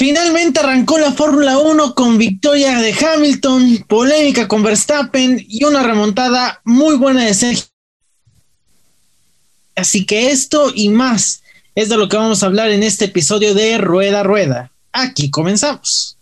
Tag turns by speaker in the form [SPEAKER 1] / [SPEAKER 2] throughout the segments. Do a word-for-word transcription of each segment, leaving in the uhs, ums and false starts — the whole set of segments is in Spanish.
[SPEAKER 1] Finalmente arrancó la Fórmula uno con victoria de Hamilton, polémica con Verstappen y una remontada muy buena de Sergio. Así que esto y más es de lo que vamos a hablar en este episodio de Rueda Rueda. Aquí comenzamos.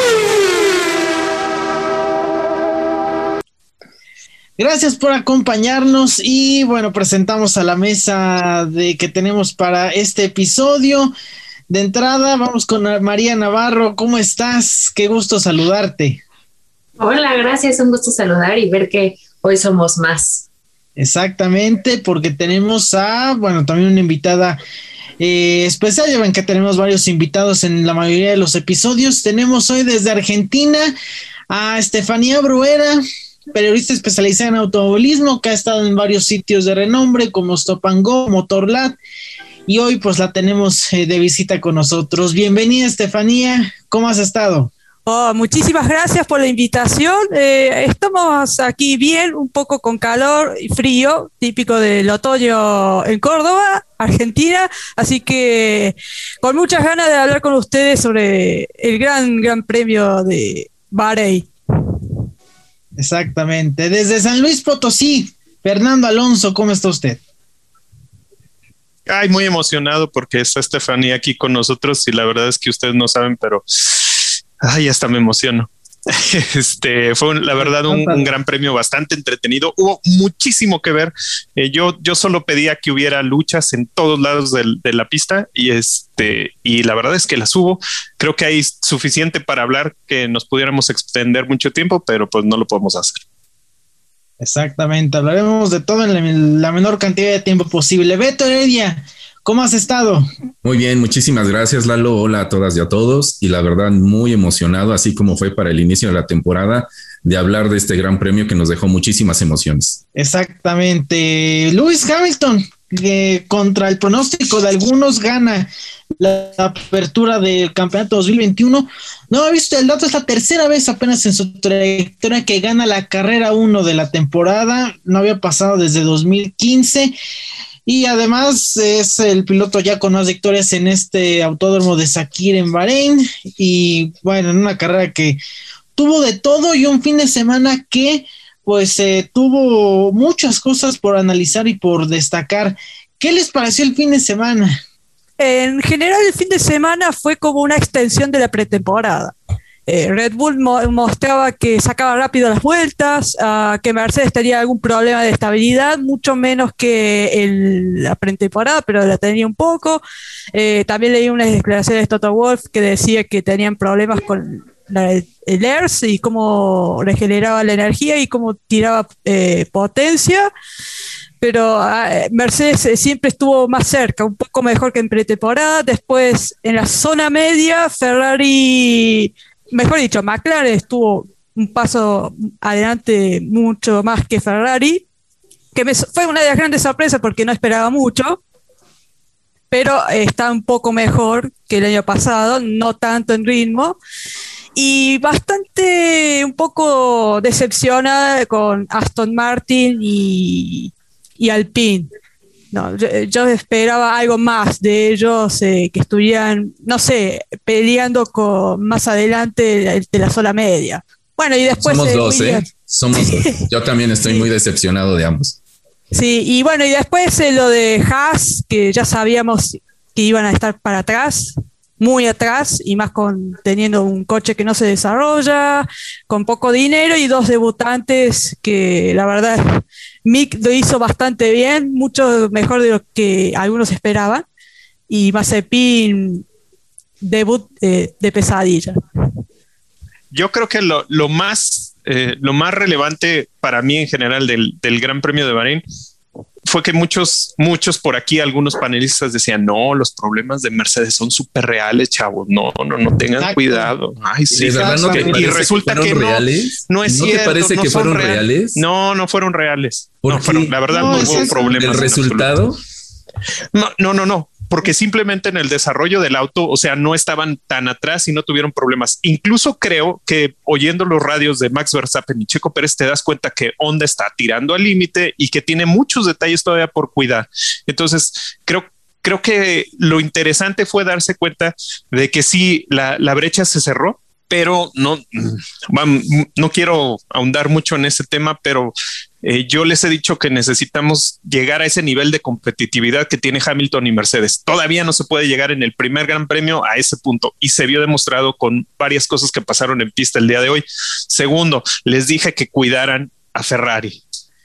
[SPEAKER 1] Gracias por acompañarnos y bueno, presentamos a la mesa de que tenemos para este episodio. De entrada, vamos con María Navarro. ¿Cómo estás? Qué gusto saludarte.
[SPEAKER 2] Hola, gracias. Un gusto saludar y ver que hoy somos más.
[SPEAKER 1] Exactamente, porque tenemos a, bueno, también una invitada eh, especial. Ya ven que tenemos varios invitados en la mayoría de los episodios. Tenemos hoy desde Argentina a Estefanía Bruera, periodista especializada en automovilismo, que ha estado en varios sitios de renombre como Stop and Go, Motorlat, y hoy pues la tenemos eh, de visita con nosotros. Bienvenida, Estefanía, ¿cómo has estado?
[SPEAKER 3] Oh, muchísimas gracias por la invitación. Eh, estamos aquí bien, un poco con calor y frío, típico del otoño en Córdoba, Argentina, así que con muchas ganas de hablar con ustedes sobre el gran, gran premio de Bahrein.
[SPEAKER 1] Exactamente. Desde San Luis Potosí, Fernando Alonso, ¿cómo está usted?
[SPEAKER 4] Ay, muy emocionado porque está Estefanía aquí con nosotros y la verdad es que ustedes no saben, pero ay, hasta me emociono. Este fue la verdad un, un gran premio bastante entretenido. Hubo muchísimo que ver. Eh, yo, yo solo pedía que hubiera luchas en todos lados del, de la pista y este y la verdad es que las hubo. Creo que hay suficiente para hablar que nos pudiéramos extender mucho tiempo, pero pues no lo podemos hacer.
[SPEAKER 1] Exactamente, hablaremos de todo en la, la menor cantidad de tiempo posible. Beto Heredia, ¿cómo has estado?
[SPEAKER 5] Muy bien, muchísimas gracias, Lalo. Hola a todas y a todos. Y la verdad, muy emocionado, así como fue para el inicio de la temporada, de hablar de este gran premio que nos dejó muchísimas emociones.
[SPEAKER 1] Exactamente. Lewis Hamilton, que contra el pronóstico de algunos gana la apertura del campeonato dos mil veintiuno. No he visto el dato, es la tercera vez apenas en su trayectoria que gana la carrera uno de la temporada. No había pasado desde dos mil quince. Y además es el piloto ya con más victorias en este autódromo de Sakir en Bahrein. Y bueno, en una carrera que tuvo de todo y un fin de semana que pues eh, tuvo muchas cosas por analizar y por destacar. ¿Qué les pareció el fin de semana?
[SPEAKER 3] En general el fin de semana fue como una extensión de la pretemporada. Eh, Red Bull mo- mostraba que sacaba rápido las vueltas, uh, que Mercedes tenía algún problema de estabilidad, mucho menos que el, la pretemporada, pero la tenía un poco. Eh, también leí unas declaraciones de Toto Wolff que decía que tenían problemas con la, el E R S y cómo regeneraba la energía y cómo tiraba eh, potencia. Pero uh, Mercedes eh, siempre estuvo más cerca, un poco mejor que en pretemporada. Después, en la zona media, Ferrari, mejor dicho, McLaren estuvo un paso adelante mucho más que Ferrari, que me, fue una de las grandes sorpresas porque no esperaba mucho, pero eh, está un poco mejor que el año pasado, no tanto en ritmo. Y bastante, un poco decepcionada con Aston Martin y... y Alpine. No, yo, yo esperaba algo más de ellos, eh, que estuvieran, no sé, peleando con más adelante de, de la zona media. Bueno, y después...
[SPEAKER 5] Somos
[SPEAKER 3] eh,
[SPEAKER 5] dos,
[SPEAKER 3] Williams.
[SPEAKER 5] ¿eh? Somos dos. Yo también estoy
[SPEAKER 3] Sí.
[SPEAKER 5] muy decepcionado de ambos.
[SPEAKER 3] Sí, y bueno, y después eh, lo de Haas, que ya sabíamos que iban a estar para atrás, muy atrás, y más con teniendo un coche que no se desarrolla, con poco dinero y dos debutantes que la verdad Mick lo hizo bastante bien, mucho mejor de lo que algunos esperaban, y Mazepin debut eh, de pesadilla.
[SPEAKER 4] Yo creo que lo, lo más eh, lo más relevante para mí en general del, del Gran Premio de Bahrein fue que muchos, muchos por aquí, algunos panelistas decían, no, los problemas de Mercedes son súper reales, chavos. No, no, no tengan
[SPEAKER 1] Exacto.
[SPEAKER 4] cuidado. Ay, sí,
[SPEAKER 5] ¿De verdad no te
[SPEAKER 4] y
[SPEAKER 5] parece
[SPEAKER 4] resulta
[SPEAKER 5] que
[SPEAKER 4] que,
[SPEAKER 5] fueron
[SPEAKER 4] no,
[SPEAKER 5] reales?
[SPEAKER 4] no es
[SPEAKER 5] ¿No
[SPEAKER 4] cierto.
[SPEAKER 5] te parece
[SPEAKER 4] no
[SPEAKER 5] que
[SPEAKER 4] son
[SPEAKER 5] fueron
[SPEAKER 4] real-
[SPEAKER 5] reales?
[SPEAKER 4] No, no fueron reales.
[SPEAKER 5] ¿Por
[SPEAKER 4] No
[SPEAKER 5] qué?
[SPEAKER 4] fueron, la verdad
[SPEAKER 1] No,
[SPEAKER 4] no,
[SPEAKER 1] es
[SPEAKER 4] hubo
[SPEAKER 1] eso.
[SPEAKER 4] problemas.
[SPEAKER 5] ¿El
[SPEAKER 4] en
[SPEAKER 5] resultado?
[SPEAKER 4] absoluto. No, no, no, no. Porque simplemente en el desarrollo del auto, o sea, no estaban tan atrás y no tuvieron problemas. Incluso creo que oyendo los radios de Max Verstappen y Checo Pérez te das cuenta que Honda está tirando al límite y que tiene muchos detalles todavía por cuidar. Entonces, creo creo que lo interesante fue darse cuenta de que sí, la, la brecha se cerró, pero no, no quiero ahondar mucho en ese tema, pero eh, yo les he dicho que necesitamos llegar a ese nivel de competitividad que tiene Hamilton y Mercedes. Todavía no se puede llegar en el primer Gran Premio a ese punto y se vio demostrado con varias cosas que pasaron en pista el día de hoy. Segundo, les dije que cuidaran a Ferrari.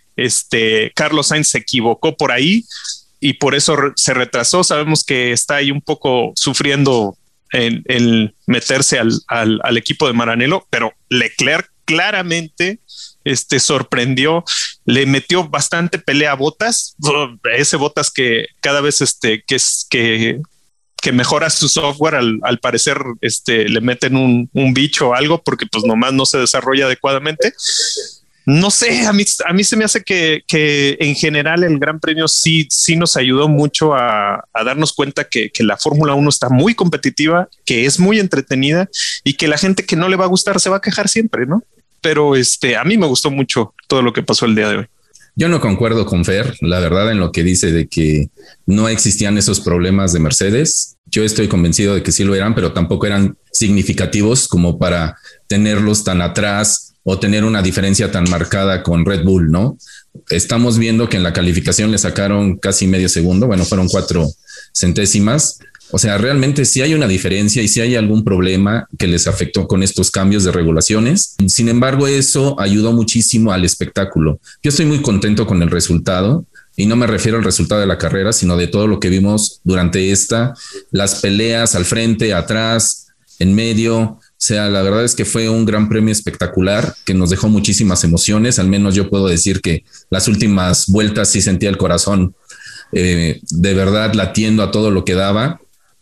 [SPEAKER 4] Este Carlos Sainz se equivocó por ahí y por eso re- se retrasó. Sabemos que está ahí un poco sufriendo en el meterse al, al, al equipo de Maranello, pero Leclerc claramente este, sorprendió, le metió bastante pelea a Bottas, ese Bottas que cada vez este, que, es, que, que mejora su software, al, al parecer este, le meten un, un bicho o algo porque pues nomás no se desarrolla adecuadamente. No sé, a mí, a mí se me hace que, que en general el Gran Premio sí, sí nos ayudó mucho a, a darnos cuenta que, que la Fórmula uno está muy competitiva, que es muy entretenida y que la gente que no le va a gustar se va a quejar siempre, ¿no? Pero este, a mí me gustó mucho todo lo que pasó el día de hoy.
[SPEAKER 5] Yo no concuerdo con Fer, la verdad, en lo que dice de que no existían esos problemas de Mercedes. Yo estoy convencido de que sí lo eran, pero tampoco eran significativos como para tenerlos tan atrás o tener una diferencia tan marcada con Red Bull, ¿no? Estamos viendo que en la calificación le sacaron casi medio segundo, bueno, fueron cuatro centésimas. O sea, realmente sí hay una diferencia y sí hay algún problema que les afectó con estos cambios de regulaciones. Sin embargo, eso ayudó muchísimo al espectáculo. Yo estoy muy contento con el resultado y no me refiero al resultado de la carrera, sino de todo lo que vimos durante esta, las peleas al frente, atrás, en medio. O sea, la verdad es que fue un gran premio espectacular que nos dejó muchísimas emociones. Al menos yo puedo decir que las últimas vueltas sí sentía el corazón eh, de verdad latiendo a todo lo que daba.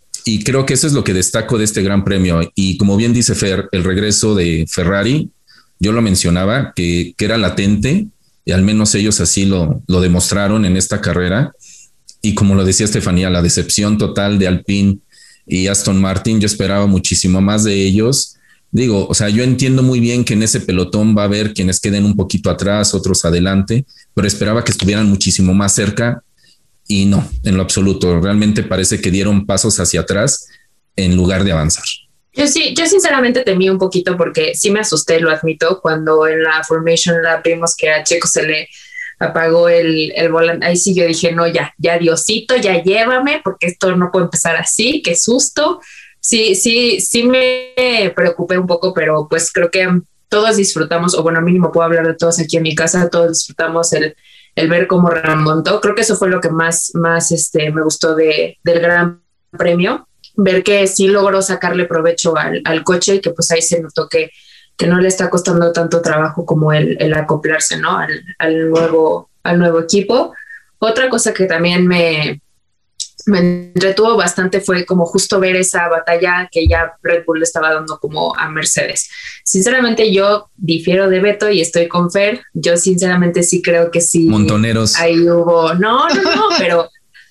[SPEAKER 5] Y creo que eso es lo que destaco de este gran premio. Y como bien dice Fer, el regreso de Ferrari, yo lo mencionaba, que, que era latente y al menos ellos así lo, lo demostraron en esta carrera. Y como lo decía Estefanía, la decepción total de Alpine y Aston Martin, yo esperaba muchísimo más de ellos. Digo, o sea, yo entiendo muy bien que en ese pelotón va a haber quienes queden un poquito atrás, otros adelante, pero esperaba que estuvieran muchísimo más cerca y no, en lo absoluto. Realmente parece que dieron pasos hacia atrás en lugar de avanzar.
[SPEAKER 2] Yo sí, yo sinceramente temí un poquito porque sí me asusté, lo admito, cuando en la Formation Lab vimos que a Checo se le apagó el, el volante. Ahí sí yo dije, no, ya, ya Diosito, ya llévame, porque esto no puede empezar así, qué susto. Sí, sí, sí me preocupé un poco, pero pues creo que todos disfrutamos, o bueno, mínimo puedo hablar de todos aquí en mi casa, todos disfrutamos el, el ver cómo remontó. Creo que eso fue lo que más, más este, me gustó de, del Gran Premio, ver que sí logró sacarle provecho al, al coche y que pues ahí se notó que que no le está costando tanto trabajo como el, el acoplarse, ¿no? Al, al, nuevo, al nuevo equipo. Otra cosa que también me, me entretuvo bastante fue como justo ver esa batalla que ya Red Bull le estaba dando como a Mercedes. Sinceramente yo difiero de Beto y estoy con Fer. Yo sinceramente sí creo que sí.
[SPEAKER 5] Montoneros.
[SPEAKER 2] Ahí hubo, no, no, no, pero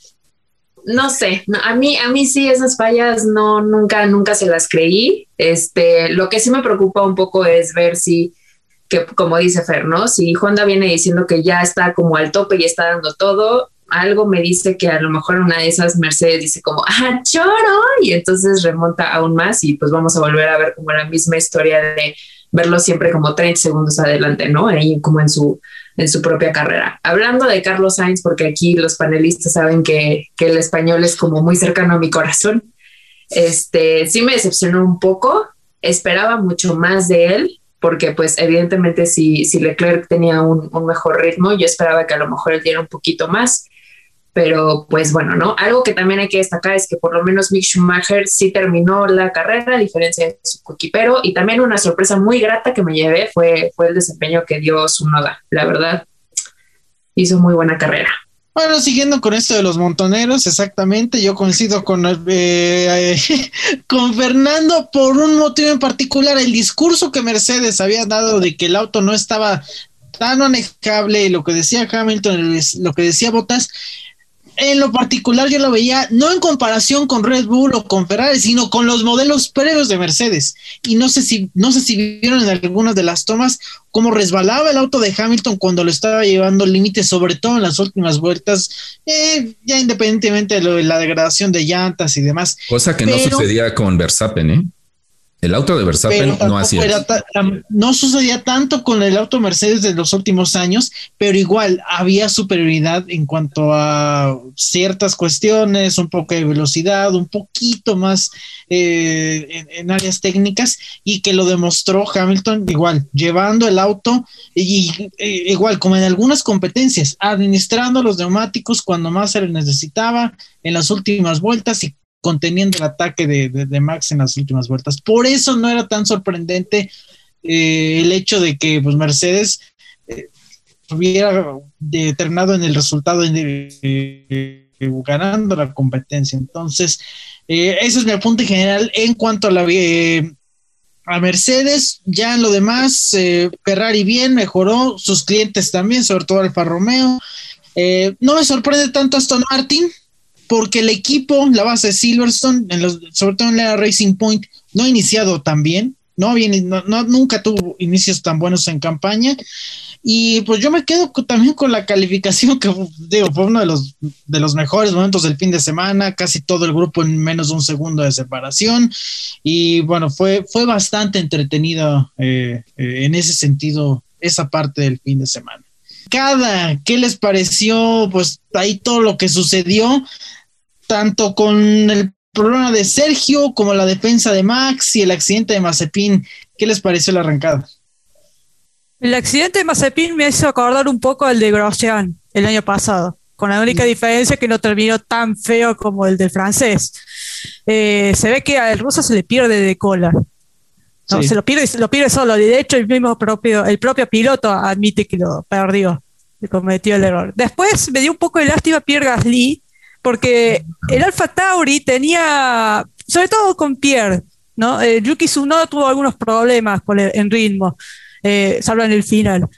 [SPEAKER 2] no sé, no, a mí, a mí sí esas fallas no, nunca, nunca se las creí. Este, lo que sí me preocupa un poco es ver si, que como dice Fer, ¿no? Si Honda viene diciendo que ya está como al tope y está dando todo, algo me dice que a lo mejor una de esas Mercedes dice como, ¡ah, choro! Y entonces remonta aún más y pues vamos a volver a ver como la misma historia de verlo siempre como treinta segundos adelante, ¿no? Ahí como en su, en su propia carrera. Hablando de Carlos Sainz, porque aquí los panelistas saben que, que el español es como muy cercano a mi corazón, este, sí me decepcionó un poco, esperaba mucho más de él, porque pues evidentemente si, si Leclerc tenía un, un mejor ritmo, yo esperaba que a lo mejor él diera un poquito más, pero pues bueno, ¿no? Algo que también hay que destacar es que por lo menos Mick Schumacher sí terminó la carrera, a diferencia de su coequipero, y también una sorpresa muy grata que me llevé fue, fue el desempeño que dio Tsunoda. La verdad, hizo muy buena carrera.
[SPEAKER 1] Bueno, siguiendo con esto de los montoneros, exactamente, yo coincido con, eh, eh, con Fernando por un motivo en particular. El discurso que Mercedes había dado de que el auto no estaba tan manejable, lo que decía Hamilton, lo que decía Bottas, en lo particular yo lo veía no en comparación con Red Bull o con Ferrari, sino con los modelos previos de Mercedes. Y no sé si, no sé si vieron en algunas de las tomas cómo resbalaba el auto de Hamilton cuando lo estaba llevando al límite, sobre todo en las últimas vueltas, eh, ya independientemente de, lo, de la degradación de llantas y demás.
[SPEAKER 5] Cosa que
[SPEAKER 1] pero,
[SPEAKER 5] no sucedía con Verstappen, ¿eh? El auto de Verstappen no hacía eso.
[SPEAKER 1] Ta- no sucedía tanto con el auto Mercedes de los últimos años, pero igual había superioridad en cuanto a ciertas cuestiones, un poco de velocidad, un poquito más eh, en, en áreas técnicas, y que lo demostró Hamilton igual, llevando el auto y, y igual como en algunas competencias, administrando los neumáticos cuando más se les necesitaba en las últimas vueltas y conteniendo el ataque de, de, de Max en las últimas vueltas. Por eso no era tan sorprendente eh, el hecho de que pues, Mercedes eh, hubiera determinado en el resultado de, eh, ganando la competencia. Entonces, eh, ese es mi apunte general en cuanto a la eh, a Mercedes. Ya en lo demás, eh, Ferrari bien, mejoró, sus clientes también, sobre todo Alfa Romeo. Eh, no me sorprende tanto Aston Martin, porque el equipo, la base de Silverstone, en los, sobre todo en la Racing Point, no ha iniciado tan bien, no, bien, no, no nunca tuvo inicios tan buenos en campaña, y pues yo me quedo con, también con la calificación que digo, fue uno de los, de los mejores momentos del fin de semana, casi todo el grupo en menos de un segundo de separación, y bueno, fue, fue bastante entretenido eh, eh, en ese sentido, esa parte del fin de semana. Cada, ¿qué les pareció? Pues ahí todo lo que sucedió, tanto con el problema de Sergio como la defensa de Max y el accidente de Mazepin. ¿Qué les pareció la arrancada?
[SPEAKER 3] El accidente de Mazepin me hizo acordar un poco al de Grosjean el año pasado, con la única diferencia que no terminó tan feo como el del francés. Eh, se ve que al ruso se le pierde de cola. No, sí. se lo pierde, se lo pierde solo. De hecho, el mismo propio, el propio piloto admite que lo perdió, que cometió el error. Después me dio un poco de lástima Pierre Gasly, porque el Alfa Tauri tenía, sobre todo con Pierre, ¿no? Eh, Yuki Tsunoda tuvo algunos problemas con el, en ritmo, eh, salvo en el final.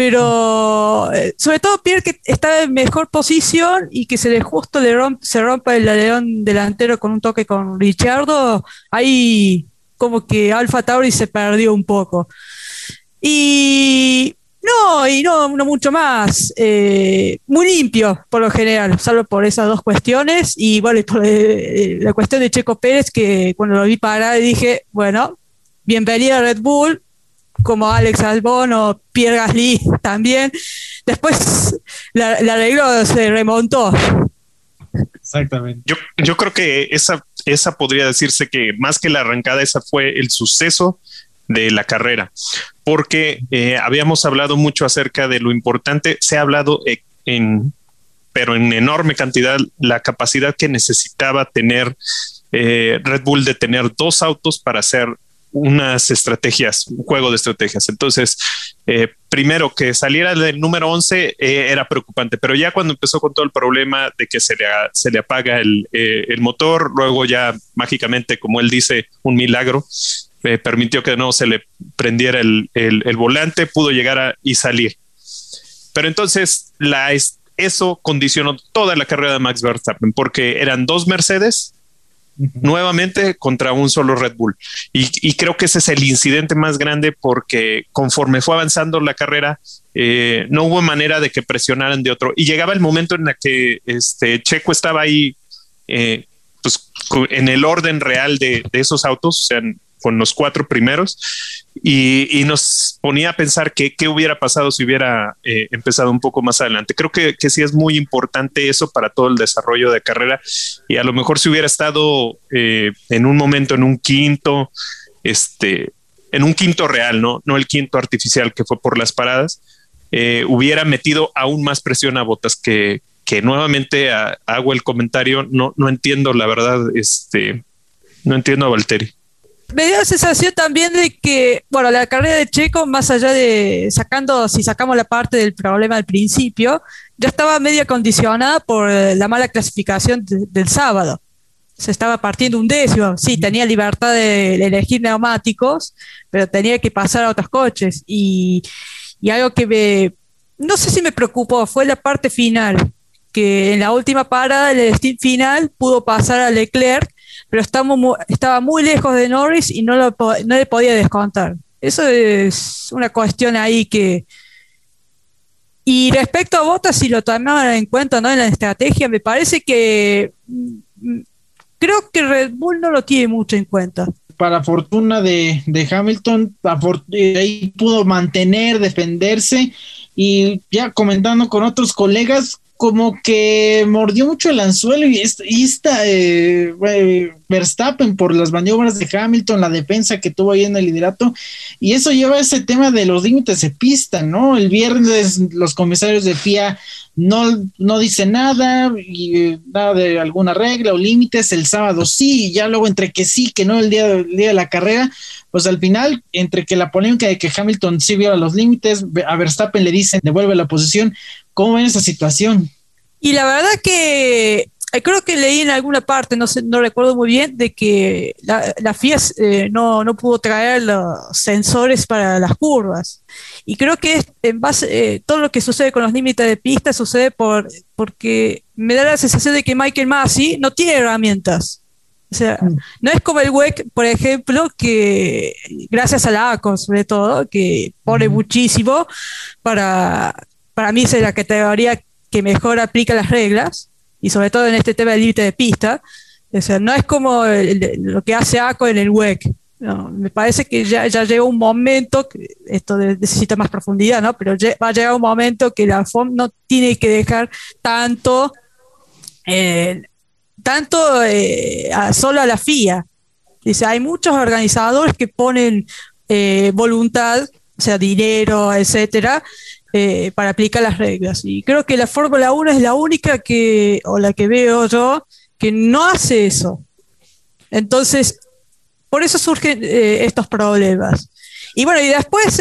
[SPEAKER 3] Pero eh, sobre todo Pierre, que está en mejor posición y que se le justo le rompe, se rompe el alerón delantero con un toque con Ricciardo, ahí como que Alfa Tauri se perdió un poco. Y no, y no, no mucho más. Eh, muy limpio, por lo general, salvo por esas dos cuestiones. Y bueno, y por eh, la cuestión de Checo Pérez, que cuando lo vi parar dije, bueno, bienvenido a Red Bull, como Alex Albon o Pierre Gasly también. Después la, la arregló, se remontó.
[SPEAKER 1] Exactamente.
[SPEAKER 4] Yo, yo creo que esa, esa podría decirse que más que la arrancada, esa fue el suceso de la carrera, porque eh, habíamos hablado mucho acerca de lo importante, se ha hablado eh, en, pero en enorme cantidad, la capacidad que necesitaba tener eh, Red Bull de tener dos autos para hacer unas estrategias, un juego de estrategias. Entonces, eh, primero que saliera del número once eh, era preocupante, pero ya cuando empezó con todo el problema de que se le, se le apaga el, eh, el motor, luego ya mágicamente, como él dice, un milagro, eh, permitió que no se le prendiera el, el, el volante, pudo llegar a, y salir. Pero entonces la, eso condicionó toda la carrera de Max Verstappen, porque eran dos Mercedes nuevamente contra un solo Red Bull, y, y creo que ese es el incidente más grande, porque conforme fue avanzando la carrera eh, no hubo manera de que presionaran de otro, y llegaba el momento en el que este Checo estaba ahí eh, pues, en el orden real de, de esos autos, o sea, con los cuatro primeros, y, y nos ponía a pensar que qué hubiera pasado si hubiera eh, empezado un poco más adelante. Creo que, que sí es muy importante eso para todo el desarrollo de carrera, y a lo mejor si hubiera estado eh, en un momento en un quinto, este, en un quinto real, no, no el quinto artificial que fue por las paradas, eh, hubiera metido aún más presión a Bottas, que, que nuevamente a, hago el comentario, no, no entiendo la verdad, este, no entiendo a Valtteri.
[SPEAKER 3] Me dio la sensación también de que, bueno, la carrera de Checo, más allá de sacando, si sacamos la parte del problema al principio, ya estaba medio condicionada por la mala clasificación de, del sábado. Se estaba partiendo un décimo, sí, tenía libertad de, de elegir neumáticos, pero tenía que pasar a otros coches. Y, y algo que me, no sé si me preocupó, fue la parte final, que en la última parada, en el stint final, pudo pasar a Leclerc, pero estamos mu- estaba muy lejos de Norris y no, lo, po- no le podía descontar. Eso es una cuestión ahí que... Y respecto a Bottas, si lo tomaban en cuenta, ¿no?, en la estrategia, me parece que mm, creo que Red Bull no lo tiene mucho en cuenta.
[SPEAKER 1] Para fortuna de, de Hamilton, afor- eh, ahí pudo mantener, defenderse, y ya comentando con otros colegas, como que mordió mucho el anzuelo y esta, y esta eh, eh, Verstappen por las maniobras de Hamilton, la defensa que tuvo ahí en el liderato, y eso lleva a ese tema de los límites de pista, ¿no? El viernes los comisarios de F I A no, no dicen nada, y eh, nada de alguna regla o límites, el sábado sí, y ya luego entre que sí, que no el día, el día de la carrera, pues al final, entre que la polémica de que Hamilton sí viola los límites, a Verstappen le dicen devuelve la posición. ¿Cómo ven esa situación?
[SPEAKER 3] Y la verdad que eh, creo que leí en alguna parte, no sé, no recuerdo muy bien, de que la, la F I A eh, no, no pudo traer los sensores para las curvas. Y creo que es en base, eh, todo lo que sucede con los límites de pista sucede por, porque me da la sensación de que Michael Masi no tiene herramientas. O sea, mm. no es como el W E C, por ejemplo, que gracias a la A C O, sobre todo, que pone mm. muchísimo para... Para mí es la categoría que mejor aplica las reglas, y sobre todo en este tema del límite de pista. O sea, no es como el, el, lo que hace A C O en el W E C. No, me parece que ya, ya llegó un momento, que esto de, necesita más profundidad, ¿no? Pero ya, va a llegar un momento que la F O M no tiene que dejar tanto, eh, tanto eh, a, solo a la F I A. Dice, hay muchos organizadores que ponen eh, voluntad, o sea, dinero, etcétera, Eh, para aplicar las reglas, y creo que la Fórmula uno es la única que, o la que veo yo, que no hace eso. Entonces, por eso surgen eh, estos problemas. Y bueno, y después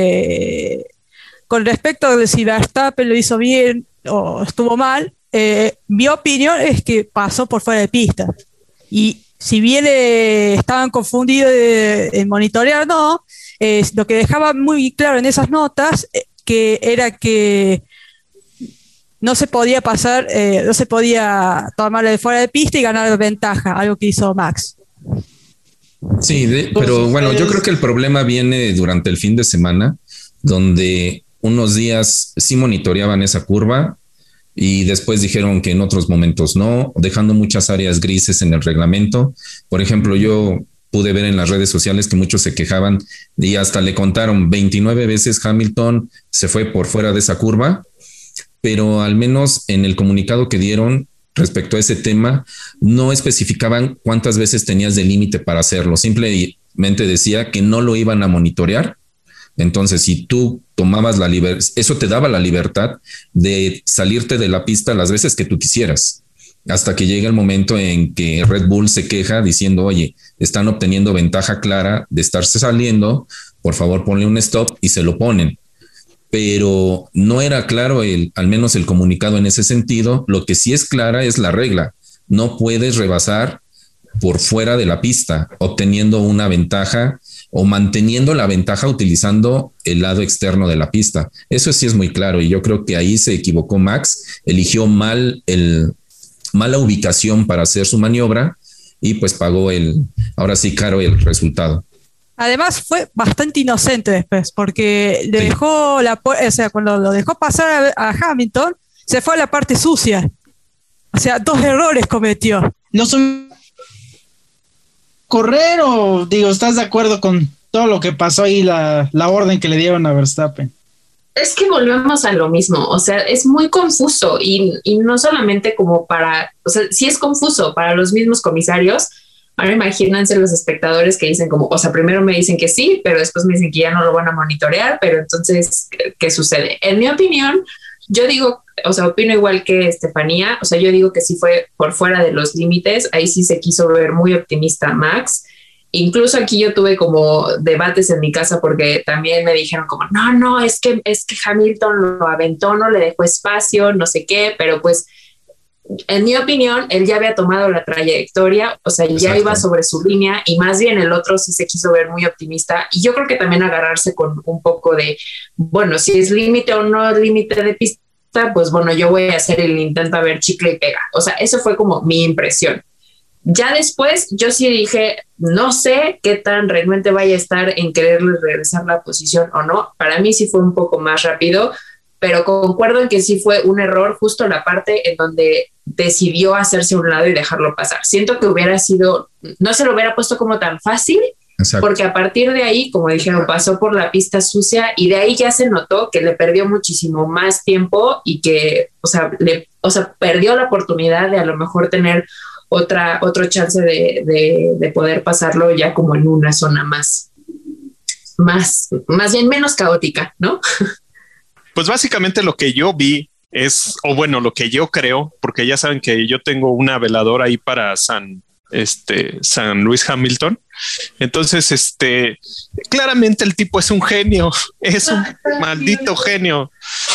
[SPEAKER 3] eh, con respecto a si Verstappen lo hizo bien o estuvo mal, eh, mi opinión es que pasó por fuera de pista, y si bien eh, estaban confundidos de, en monitorear, no, eh, lo que dejaba muy claro en esas notas eh, que era que no se podía pasar, eh, no se podía tomarle de fuera de pista y ganar ventaja, algo que hizo Max.
[SPEAKER 5] Sí, de, pero bueno, yo creo que el problema viene durante el fin de semana, donde unos días sí monitoreaban esa curva y después dijeron que en otros momentos no, dejando muchas áreas grises en el reglamento. Por ejemplo, yo pude ver en las redes sociales que muchos se quejaban y hasta le contaron veintinueve veces Hamilton se fue por fuera de esa curva, pero al menos en el comunicado que dieron respecto a ese tema no especificaban cuántas veces tenías de límite para hacerlo, simplemente decía que no lo iban a monitorear. Entonces, si tú tomabas la libertad, eso te daba la libertad de salirte de la pista las veces que tú quisieras, hasta que llega el momento en que Red Bull se queja diciendo, oye, están obteniendo ventaja clara de estarse saliendo, por favor ponle un stop, y se lo ponen. Pero no era claro, el, al menos el comunicado en ese sentido. Lo que sí es clara es la regla. No puedes rebasar por fuera de la pista, obteniendo una ventaja o manteniendo la ventaja utilizando el lado externo de la pista. Eso sí es muy claro, y yo creo que ahí se equivocó Max, eligió mal el... mala ubicación para hacer su maniobra y pues pagó el, ahora sí caro, el resultado.
[SPEAKER 3] Además fue bastante inocente después, porque le
[SPEAKER 5] sí.
[SPEAKER 3] dejó la, o sea, cuando lo dejó pasar a, a Hamilton, se fue a la parte sucia. O sea, dos errores cometió.
[SPEAKER 1] No son correr, o digo, ¿estás de acuerdo con todo lo que pasó ahí, la, la orden que le dieron a Verstappen?
[SPEAKER 2] Es que volvemos a lo mismo, o sea, es muy confuso, y, y no solamente como para, o sea, sí es confuso para los mismos comisarios. Ahora imagínense los espectadores que dicen como, o sea, primero me dicen que sí, pero después me dicen que ya no lo van a monitorear, pero entonces, ¿qué, qué sucede? En mi opinión, yo digo, o sea, opino igual que Estefanía, o sea, yo digo que sí fue por fuera de los límites, ahí sí se quiso ver muy optimista Max. Incluso aquí yo tuve como debates en mi casa, porque también me dijeron como, no, no, es que, es que Hamilton lo aventó, no le dejó espacio, no sé qué, pero pues, en mi opinión, él ya había tomado la trayectoria, o sea, Exacto. ya iba sobre su línea, y más bien el otro sí se quiso ver muy optimista, y yo creo que también agarrarse con un poco de, bueno, si es límite o no límite de pista, pues bueno, yo voy a hacer el intento a ver chicle y pega. O sea, eso fue como mi impresión. Ya después yo sí dije, no sé qué tan realmente vaya a estar en quererle regresar la posición o no. Para mí sí fue un poco más rápido, pero concuerdo en que sí fue un error justo la parte en donde decidió hacerse a un lado y dejarlo pasar. Siento que hubiera sido, no se lo hubiera puesto como tan fácil. Exacto. Porque a partir de ahí, como dijeron, pasó por la pista sucia y de ahí ya se notó que le perdió muchísimo más tiempo y que, o sea, le, o sea, perdió la oportunidad de a lo mejor tener otra, otro chance de, de, de poder pasarlo ya como en una zona más, más, más bien menos caótica, ¿no?
[SPEAKER 4] Pues básicamente lo que yo vi es, o bueno, lo que yo creo, porque ya saben que yo tengo una veladora ahí para San, este, San Luis Hamilton. Entonces, este, claramente el tipo es un genio, es un maldito genio.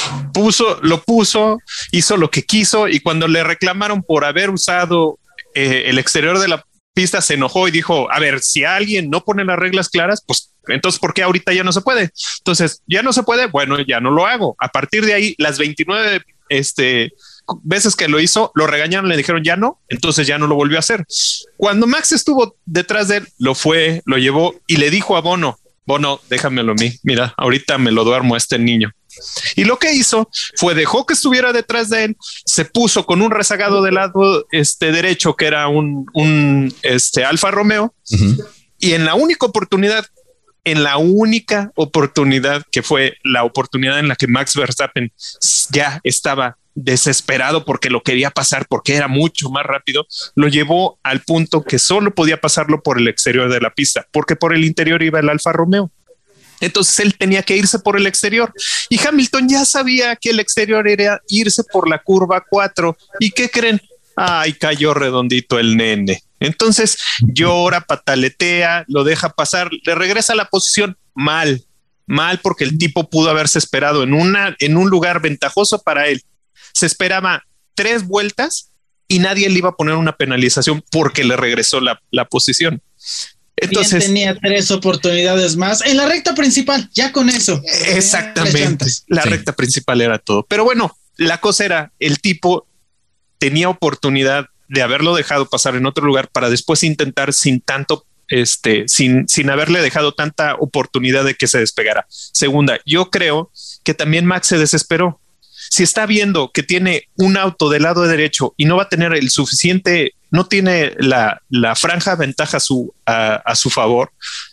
[SPEAKER 4] Puso, lo puso, hizo lo que quiso y cuando le reclamaron por haber usado eh, el exterior de la pista se enojó y dijo, a ver, si alguien no pone las reglas claras, pues entonces, ¿por qué ahorita ya no se puede? Entonces, ya no se puede, bueno, ya no lo hago. A partir de ahí, las veintinueve este, veces que lo hizo, lo regañaron, le dijeron ya no, entonces ya no lo volvió a hacer. Cuando Max estuvo detrás de él, lo fue, lo llevó y le dijo a Bono, Bono, déjamelo a mí, mira, ahorita me lo duermo a este niño. Y lo que hizo fue dejó que estuviera detrás de él, se puso con un rezagado del lado este derecho que era un, un este Alfa Romeo uh-huh. y en la única oportunidad, en la única oportunidad que fue la oportunidad en la que Max Verstappen ya estaba desesperado porque lo quería pasar porque era mucho más rápido, lo llevó al punto que solo podía pasarlo por el exterior de la pista, porque por el interior iba el Alfa Romeo. Entonces él tenía que irse por el exterior y Hamilton ya sabía que el exterior era irse por la curva cuatro. ¿Y qué creen? Ay, cayó redondito el nene. Entonces llora, pataletea, lo deja pasar, le regresa a la posición mal, mal porque el tipo pudo haberse esperado en, una, en un lugar ventajoso para él. Se esperaba tres vueltas y nadie le iba a poner una penalización porque le regresó la, la posición. Entonces
[SPEAKER 1] bien, tenía tres oportunidades más en la recta principal, ya con eso.
[SPEAKER 4] Exactamente, la sí. recta principal era todo. Pero bueno, la cosa era, el tipo tenía oportunidad de haberlo dejado pasar en otro lugar para después intentar sin tanto, este, sin, sin haberle dejado tanta oportunidad de que se despegara. Segunda, yo creo que también Max se desesperó. Si está viendo que tiene un auto del lado derecho y no va a tener el suficiente, no tiene la, la franja ventaja a su, a, a su favor,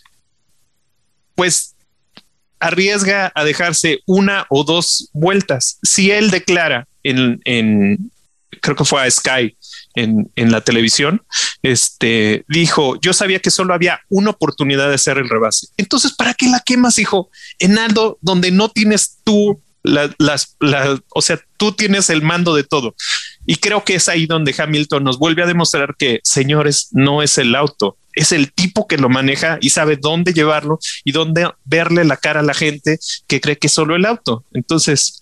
[SPEAKER 4] pues arriesga a dejarse una o dos vueltas. Si él declara en, en creo que fue a Sky en, en la televisión, este dijo, yo sabía que solo había una oportunidad de hacer el rebase. Entonces, ¿para qué la quemas, hijo? En algo donde no tienes tú La, las, la, o sea, tú tienes el mando de todo. Y creo que es ahí donde Hamilton nos vuelve a demostrar que, señores, no es el auto, es el tipo que lo maneja y sabe dónde llevarlo y dónde verle la cara a la gente que cree que es solo el auto. Entonces,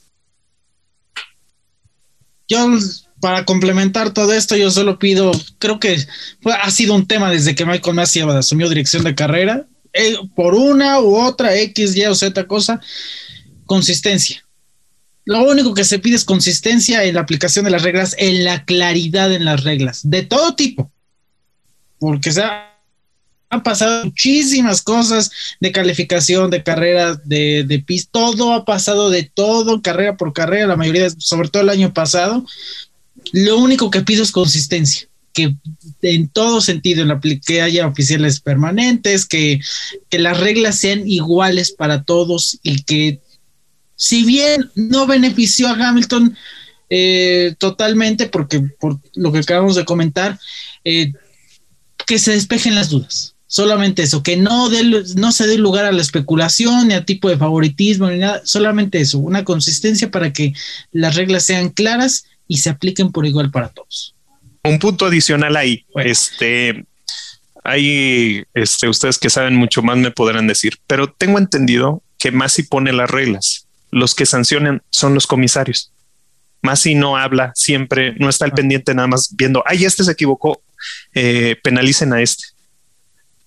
[SPEAKER 1] yo, para complementar todo esto, yo solo pido, creo que fue, ha sido un tema desde que Michael Masi asumió dirección de carrera, eh, por una u otra, X, Y o Z cosa, consistencia. Lo único que se pide es consistencia en la aplicación de las reglas, en la claridad en las reglas, de todo tipo, porque se ha, han pasado muchísimas cosas de calificación, de carrera, de, de pista, todo ha pasado de todo, carrera por carrera, la mayoría, sobre todo el año pasado. Lo único que pido es consistencia, que en todo sentido, en la, que haya oficiales permanentes, que, que las reglas sean iguales para todos y que si bien no benefició a Hamilton eh, totalmente, porque por lo que acabamos de comentar, eh, que se despejen las dudas. Solamente eso, que no, de, no se dé lugar a la especulación, ni a tipo de favoritismo, ni nada. Solamente eso, una consistencia para que las reglas sean claras y se apliquen por igual para todos.
[SPEAKER 4] Un punto adicional ahí, bueno. este, hay, este, ustedes que saben mucho más me podrán decir, pero tengo entendido que Masi pone las reglas. Los que sancionan son los comisarios. Masi no habla siempre, no está al pendiente nada más viendo, ay, este se equivocó, eh, penalicen a este.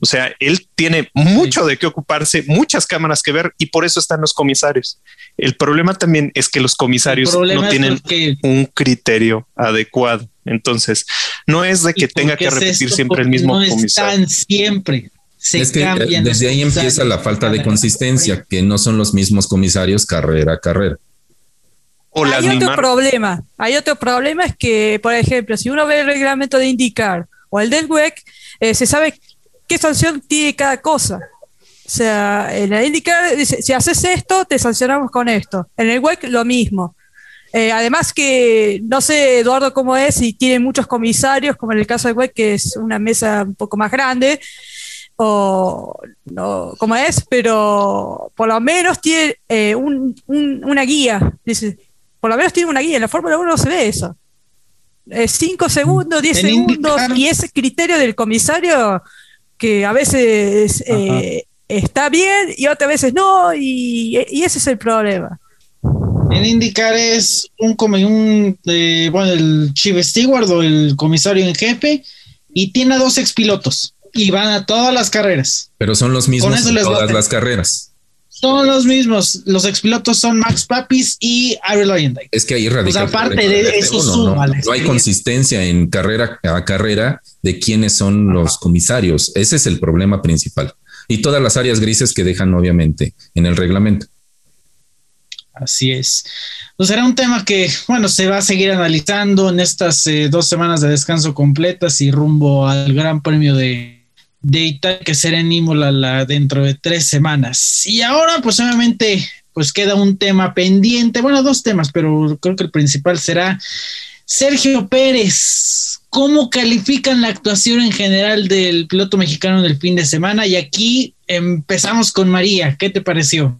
[SPEAKER 4] O sea, él tiene mucho de qué ocuparse, muchas cámaras que ver y por eso están los comisarios. El problema también es que los comisarios no tienen porque... un criterio adecuado. Entonces, no es de que tenga que repetir es siempre el mismo
[SPEAKER 1] no
[SPEAKER 4] comisario.
[SPEAKER 1] Están siempre. Se
[SPEAKER 5] es que desde ahí empieza la falta de consistencia, que no son los mismos comisarios carrera a carrera.
[SPEAKER 3] O hay otro mar... problema, hay otro problema es que, por ejemplo, si uno ve el reglamento de IndyCar o el del W E C, eh, se sabe qué sanción tiene cada cosa. O sea, en el IndyCar dice, si haces esto, te sancionamos con esto. En el W E C lo mismo. Eh, además que, no sé, Eduardo, cómo es, si tiene muchos comisarios, como en el caso del W E C, que es una mesa un poco más grande, o no, como es, pero por lo menos tiene eh, un, un, una guía, dice, por lo menos tiene una guía. En la Fórmula uno no se ve eso. cinco segundos, diez segundos, indicar... y ese criterio del comisario que a veces eh, está bien y otras veces no, y, y ese es el problema.
[SPEAKER 1] En IndyCar es un, un eh, bueno, el chief steward o el comisario en jefe, y tiene a dos expilotos y van a todas las carreras.
[SPEAKER 5] Pero son los mismos en todas las carreras.
[SPEAKER 1] Son los mismos. Los expilotos son Max Papis y Arie Luyendyk.
[SPEAKER 5] Es que ahí radica.
[SPEAKER 1] Pues aparte de, de eso,
[SPEAKER 5] uno, no, no hay consistencia en carrera a carrera de quiénes son Ajá. los comisarios. Ese es el problema principal. Y todas las áreas grises que dejan, obviamente, en el reglamento.
[SPEAKER 1] Así es. Pues será un tema que, bueno, se va a seguir analizando en estas eh, dos semanas de descanso completas y rumbo al Gran Premio de. de Italia, que será en Imola la, dentro de tres semanas. Y ahora, pues obviamente, pues queda un tema pendiente, bueno, dos temas, pero creo que el principal será Sergio Pérez. ¿Cómo califican la actuación en general del piloto mexicano en el fin de semana? Y aquí empezamos con María. ¿Qué te pareció?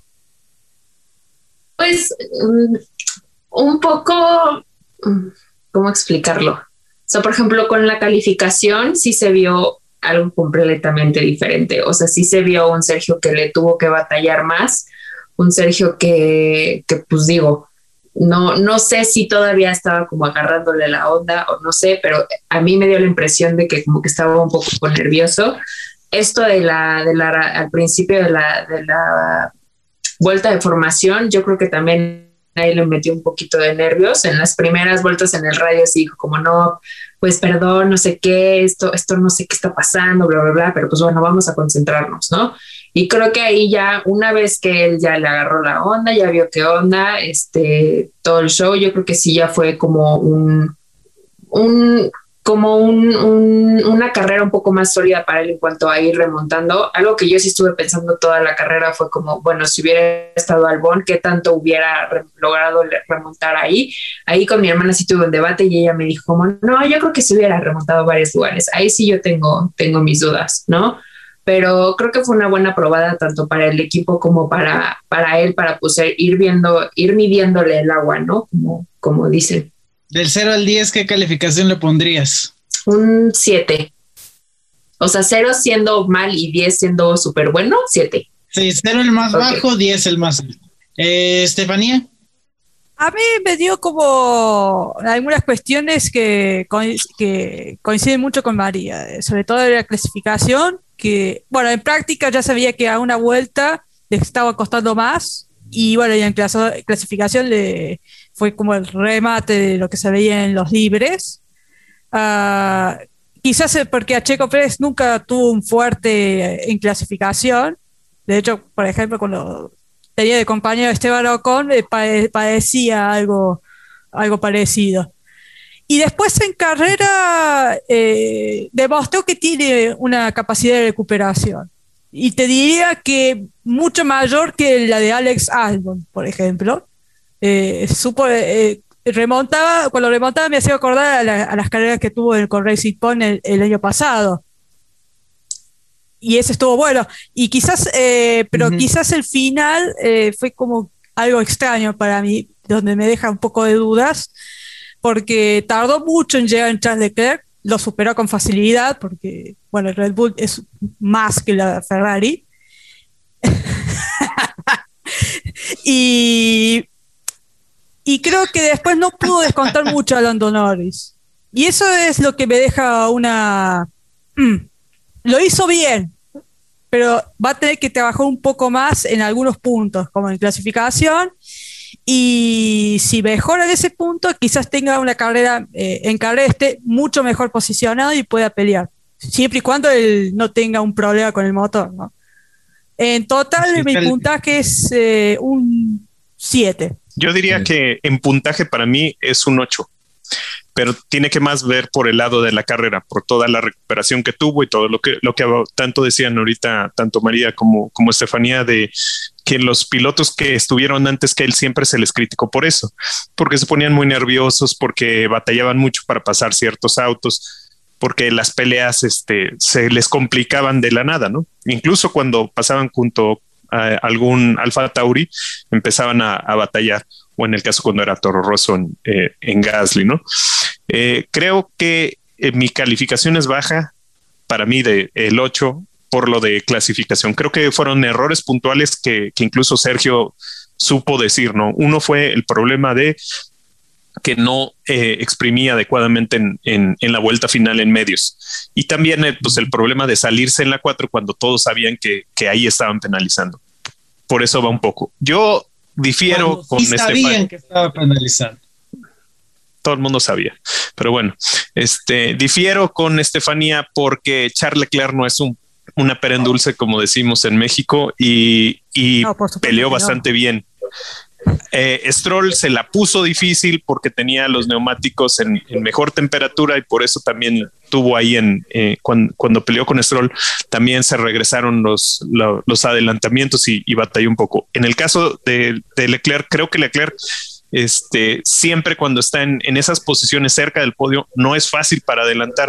[SPEAKER 2] Pues um, un poco, um, ¿cómo explicarlo? O sea, por ejemplo, con la calificación sí se vio algo completamente diferente. O sea, sí se vio un Sergio que le tuvo que batallar más, un Sergio que, que pues digo, no, no sé si todavía estaba como agarrándole la onda o no sé, pero a mí me dio la impresión de que como que estaba un poco nervioso. Esto de la, de la al principio de la, de la vuelta de formación, yo creo que también ahí le metió un poquito de nervios. En las primeras vueltas en el radio sí dijo como no, pues perdón, no sé qué, esto, esto no sé qué está pasando, bla, bla, bla, pero pues bueno, vamos a concentrarnos, ¿no? Y creo que ahí ya, una vez que él ya le agarró la onda, ya vio qué onda, este, todo el show, yo creo que sí ya fue como un, un como un, un, una carrera un poco más sólida para él en cuanto a ir remontando. Algo que yo sí estuve pensando toda la carrera fue como, bueno, si hubiera estado Albon, ¿qué tanto hubiera re- logrado remontar ahí? Ahí con mi hermana sí tuve un debate y ella me dijo como, no, yo creo que se hubiera remontado varios lugares. Ahí sí yo tengo, tengo mis dudas, ¿no? Pero creo que fue una buena probada tanto para el equipo como para, para él, para pues ir viendo, ir midiéndole el agua, ¿no? Como, como dicen.
[SPEAKER 1] Del cero al diez, ¿qué calificación le pondrías?
[SPEAKER 2] Un siete. O sea, cero siendo mal y diez siendo súper bueno, siete.
[SPEAKER 1] Sí, cero el más okay. bajo, diez el más alto. Eh, Estefanía.
[SPEAKER 3] A mí me dio como algunas cuestiones que, que coinciden mucho con María, sobre todo de la clasificación, que, bueno, en práctica ya sabía que a una vuelta le estaba costando más, y bueno, y en clasificación le fue como el remate de lo que se veía en los libres. Uh, quizás porque a Checo Pérez nunca tuvo un fuerte en clasificación. De hecho, por ejemplo, cuando tenía de compañero Esteban Ocon, eh, pade- padecía algo, algo parecido. Y después en carrera eh, demostró que tiene una capacidad de recuperación. Y te diría que mucho mayor que la de Alex Albon, por ejemplo. Eh, supo, eh, remontaba, cuando remontaba me hacía acordar a, la, a las carreras que tuvo en, con Racing Point el, el año pasado. Y ese estuvo bueno. Y quizás, eh, pero uh-huh. quizás el final eh, fue como algo extraño para mí, donde me deja un poco de dudas, porque tardó mucho en llegar en Charles Leclerc, lo superó con facilidad, porque, bueno, el Red Bull es más que la Ferrari. y, y creo que después no pudo descontar mucho a Lando Norris. Y eso es lo que me deja una... Mm, lo hizo bien, pero va a tener que trabajar un poco más en algunos puntos, como en clasificación, y si mejora en ese punto, quizás tenga una carrera, eh, en carrera esté mucho mejor posicionado y pueda pelear, siempre y cuando él no tenga un problema con el motor, ¿no? En total, sí, mi el... puntaje es eh, un siete.
[SPEAKER 4] Yo diría sí. que en puntaje para mí es un ocho, pero tiene que más ver por el lado de la carrera, por toda la recuperación que tuvo y todo lo que, lo que tanto decían ahorita, tanto María como, como Estefanía, de que los pilotos que estuvieron antes que él siempre se les criticó por eso, porque se ponían muy nerviosos, porque batallaban mucho para pasar ciertos autos, porque las peleas este, se les complicaban de la nada, ¿no? Incluso cuando pasaban junto a algún Alfa Tauri, empezaban a, a batallar, o en el caso cuando era Toro Rosso en, eh, en Gasly, ¿no? Eh, creo que eh, mi calificación es baja, para mí de el ocho, por lo de clasificación. Creo que fueron errores puntuales que, que incluso Sergio supo decir, ¿no? Uno fue el problema de que no eh, exprimía adecuadamente en, en, en la vuelta final en medios. Y también eh, pues el problema de salirse en la cuatro cuando todos sabían que, que ahí estaban penalizando. Por eso va un poco. Yo difiero
[SPEAKER 1] cuando
[SPEAKER 4] con
[SPEAKER 1] sí
[SPEAKER 4] este
[SPEAKER 1] sabían que estaba penalizando.
[SPEAKER 4] Todo el mundo sabía, pero bueno, este difiero con Estefanía porque Charles Leclerc no es un, una pera en dulce, como decimos en México, y, y no, peleó bastante no. bien. Eh, Stroll se la puso difícil porque tenía los neumáticos en, en mejor temperatura y por eso también tuvo ahí en eh, cuando, cuando peleó con Stroll también se regresaron los, los, los adelantamientos y, y batalló un poco. En el caso de, de Leclerc, creo que Leclerc este, siempre cuando está en, en esas posiciones cerca del podio no es fácil para adelantar,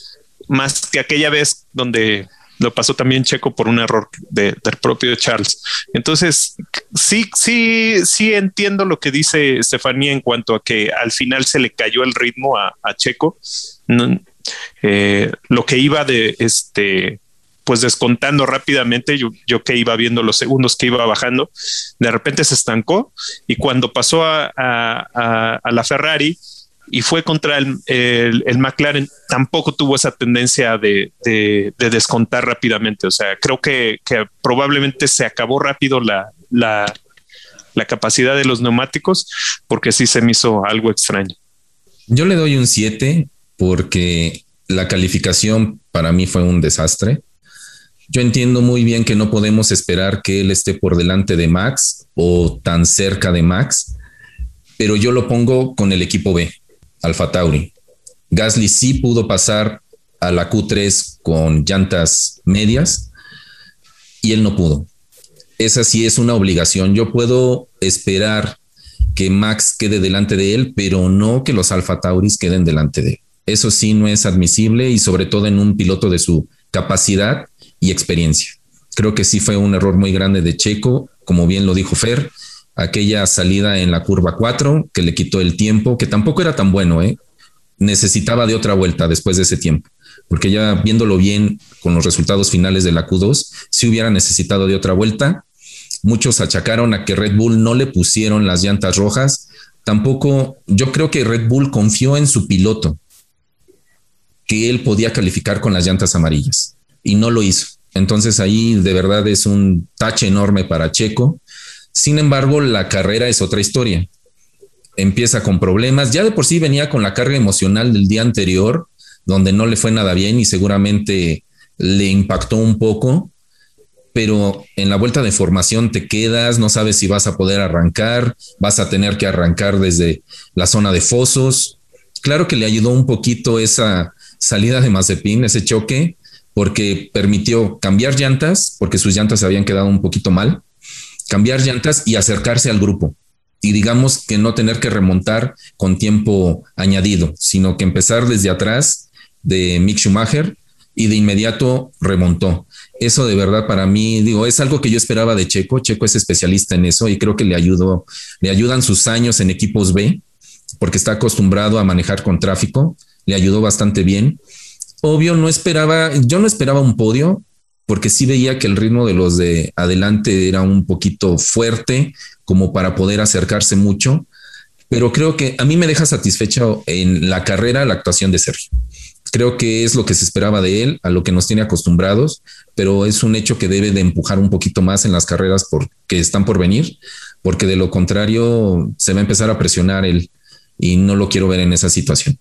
[SPEAKER 4] más que aquella vez donde lo pasó también Checo por un error de, del propio Charles. Entonces, sí, sí, sí entiendo lo que dice Estefanía en cuanto a que al final se le cayó el ritmo a, a Checo. No, eh, lo que iba de este, pues descontando rápidamente, yo, yo que iba viendo los segundos que iba bajando, de repente se estancó y cuando pasó a, a, a, a la Ferrari y fue contra el, el, el McLaren, tampoco tuvo esa tendencia de, de, de descontar rápidamente. O sea, creo que, que probablemente se acabó rápido la, la, la capacidad de los neumáticos, porque sí se me hizo algo extraño.
[SPEAKER 5] Yo le doy un siete porque la calificación para mí fue un desastre. Yo entiendo muy bien que no podemos esperar que él esté por delante de Max o tan cerca de Max, pero yo lo pongo con el equipo B. Alfa Tauri. Gasly sí pudo pasar a la Q tres con llantas medias y él no pudo. Esa sí es una obligación. Yo puedo esperar que Max quede delante de él, pero no que los Alfa Tauris queden delante de él. Eso sí no es admisible y sobre todo en un piloto de su capacidad y experiencia. Creo que sí fue un error muy grande de Checo, como bien lo dijo Fer. Aquella salida en la curva cuatro que le quitó el tiempo, que tampoco era tan bueno, ¿eh? Necesitaba de otra vuelta después de ese tiempo, porque ya viéndolo bien con los resultados finales de la Q dos, sí hubiera necesitado de otra vuelta. Muchos achacaron a que Red Bull no le pusieron las llantas rojas. Tampoco, yo creo que Red Bull confió en su piloto, que él podía calificar con las llantas amarillas y no lo hizo. Entonces ahí de verdad es un tache enorme para Checo. Sin embargo, la carrera es otra historia. Empieza con problemas. Ya de por sí venía con la carga emocional del día anterior, donde no le fue nada bien y seguramente le impactó un poco. Pero en la vuelta de formación te quedas, no sabes si vas a poder arrancar, vas a tener que arrancar desde la zona de fosos. Claro que le ayudó un poquito esa salida de Mazepin, ese choque, porque permitió cambiar llantas, porque sus llantas se habían quedado un poquito mal. Cambiar llantas y acercarse al grupo y digamos que no tener que remontar con tiempo añadido, sino que empezar desde atrás de Mick Schumacher y de inmediato remontó. Eso de verdad para mí, digo, es algo que yo esperaba de Checo. Checo es especialista en eso y creo que le ayudó, le ayudan sus años en equipos B porque está acostumbrado a manejar con tráfico, le ayudó bastante bien. Obvio, no esperaba, yo no esperaba un podio, porque sí veía que el ritmo de los de adelante era un poquito fuerte como para poder acercarse mucho, pero creo que a mí me deja satisfecho en la carrera la actuación de Sergio. Creo que es lo que se esperaba de él, a lo que nos tiene acostumbrados, pero es un hecho que debe de empujar un poquito más en las carreras por, que están por venir, porque de lo contrario se va a empezar a presionar él y no lo quiero ver en esa situación.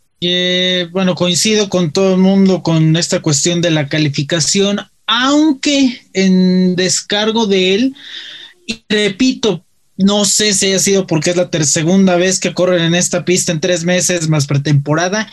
[SPEAKER 1] Eh, bueno, coincido con todo el mundo con esta cuestión de la calificación, aunque en descargo de él, y repito, no sé si ha sido porque es la ter- segunda vez que corren en esta pista en tres meses más pretemporada.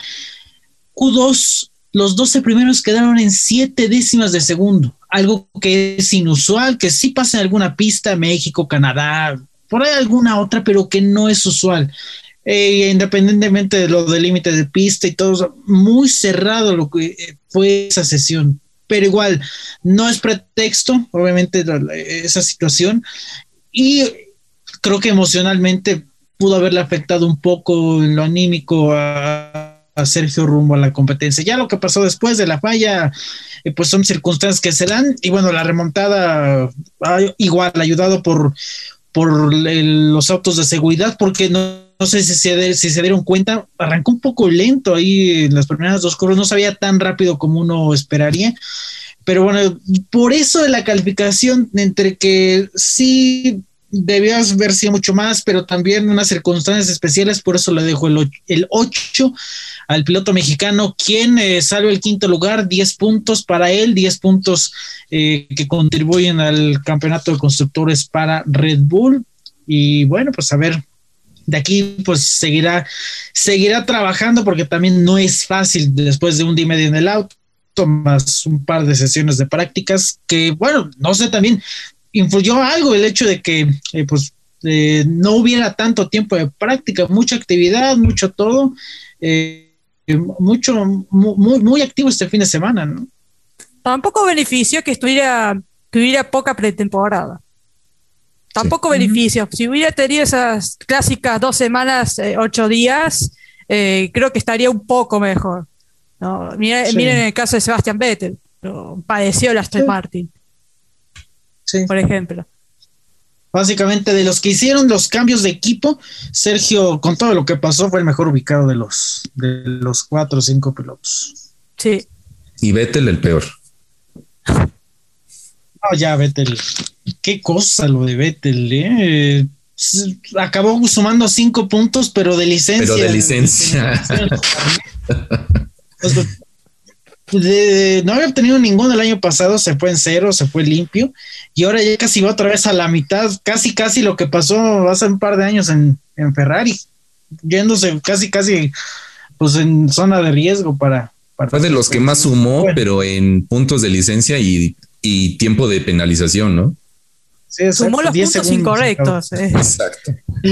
[SPEAKER 1] Q dos, los doce primeros quedaron en siete décimas de segundo, algo que es inusual, que sí pasa en alguna pista, México, Canadá, por ahí alguna otra, pero que no es usual. Eh, independientemente de lo del límite de pista y todo, muy cerrado lo que fue esa sesión, pero igual no es pretexto, obviamente, la, la, esa situación, y creo que emocionalmente pudo haberle afectado un poco en lo anímico a, a Sergio rumbo a la competencia. Ya lo que pasó después de la falla, eh, pues son circunstancias que se dan, y bueno, la remontada ah, igual ayudado por por el, los autos de seguridad, porque no, no sé si se, si se dieron cuenta, arrancó un poco lento ahí en las primeras dos curvas, no sabía tan rápido como uno esperaría, pero bueno, por eso de la calificación, entre que sí debió haber sido mucho más, pero también unas circunstancias especiales, por eso le dejo el, el ocho al piloto mexicano, quien eh, salió el quinto lugar, diez puntos para él, diez puntos eh, que contribuyen al campeonato de constructores para Red Bull, y bueno, pues a ver, de aquí pues seguirá, seguirá trabajando, porque también no es fácil después de un día y medio en el auto, más un par de sesiones de prácticas, que bueno, no sé, también influyó algo el hecho de que eh, pues eh, no hubiera tanto tiempo de práctica, mucha actividad, mucho todo, eh, mucho, muy, muy activo este fin de semana, ¿no?
[SPEAKER 3] Tampoco benefició que estuviera, que hubiera poca pretemporada. Tampoco sí. beneficio. Si hubiera tenido esas clásicas dos semanas, eh, ocho días, eh, creo que estaría un poco mejor, ¿no? Miren, sí. miren el caso de Sebastian Vettel, ¿no? Padeció el Aston sí. Martin. Sí. Por ejemplo.
[SPEAKER 1] Básicamente, de los que hicieron los cambios de equipo, Sergio, con todo lo que pasó, fue el mejor ubicado de los de los cuatro o cinco pilotos.
[SPEAKER 3] Sí.
[SPEAKER 5] Y Vettel el peor.
[SPEAKER 1] No, ya Vettel. Qué cosa lo de Vettel, ¿eh? Acabó sumando cinco puntos, pero de licencia.
[SPEAKER 5] Pero de licencia.
[SPEAKER 1] Pues, De, de no haber tenido ninguno el año pasado, se fue en cero, se fue limpio, y ahora ya casi va otra vez a la mitad, casi casi lo que pasó hace un par de años en, en Ferrari, yéndose casi casi pues en zona de riesgo para... para
[SPEAKER 5] fue de los que más sumó, bueno, pero en puntos de licencia y, y tiempo de penalización, ¿no?
[SPEAKER 3] Sí, exacto, sumó los puntos incorrectos. Eh.
[SPEAKER 5] Exacto.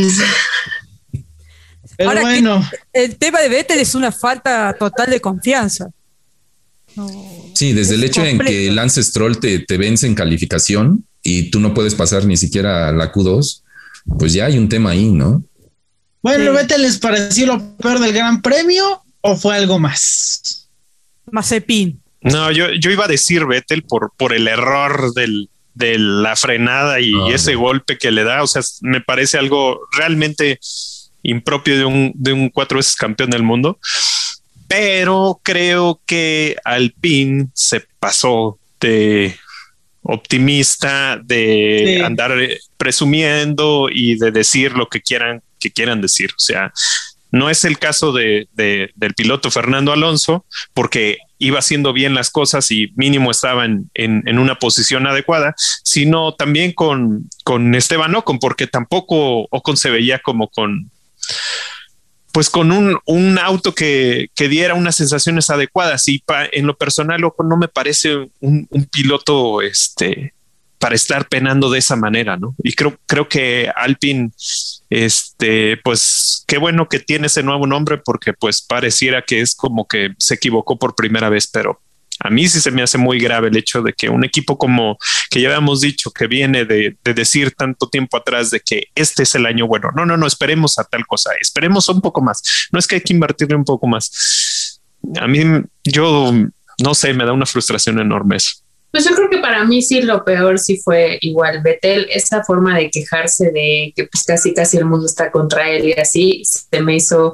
[SPEAKER 1] Pero
[SPEAKER 3] ahora,
[SPEAKER 1] bueno.
[SPEAKER 3] El tema de Vettel es una falta total de confianza.
[SPEAKER 5] No, sí, desde el hecho completo. En que Lance Stroll te, te vence en calificación y tú no puedes pasar ni siquiera a la Q dos, pues ya hay un tema ahí, ¿no?
[SPEAKER 1] Bueno, sí. ¿Vettel les pareció lo peor del Gran Premio o fue algo más?
[SPEAKER 3] Mazepin.
[SPEAKER 4] No, yo, yo iba a decir Vettel por, por el error del, de la frenada y oh, ese no. golpe que le da, o sea, me parece algo realmente impropio de un, de un cuatro veces campeón del mundo. Pero creo que Alpine se pasó de optimista, de sí. andar presumiendo y de decir lo que quieran, que quieran decir. O sea, no es el caso de, de, del piloto Fernando Alonso, porque iba haciendo bien las cosas y mínimo estaba en, en, en una posición adecuada, sino también con, con Esteban Ocon, porque tampoco Ocon se veía como con... pues con un, un auto que, que diera unas sensaciones adecuadas, y pa, en lo personal Ocon no me parece un, un piloto este, para estar penando de esa manera, ¿no? Y creo, creo que Alpine, este, pues qué bueno que tiene ese nuevo nombre, porque pues pareciera que es como que se equivocó por primera vez, pero a mí sí se me hace muy grave el hecho de que un equipo como que ya habíamos dicho que viene de, de decir tanto tiempo atrás de que este es el año bueno. No, no, no, esperemos a tal cosa, esperemos un poco más. No es que hay que invertirle un poco más. A mí, yo no sé, me da una frustración enorme eso.
[SPEAKER 2] Pues yo creo que para mí sí lo peor sí fue igual Vettel, esa forma de quejarse de que pues casi casi el mundo está contra él y así, se me hizo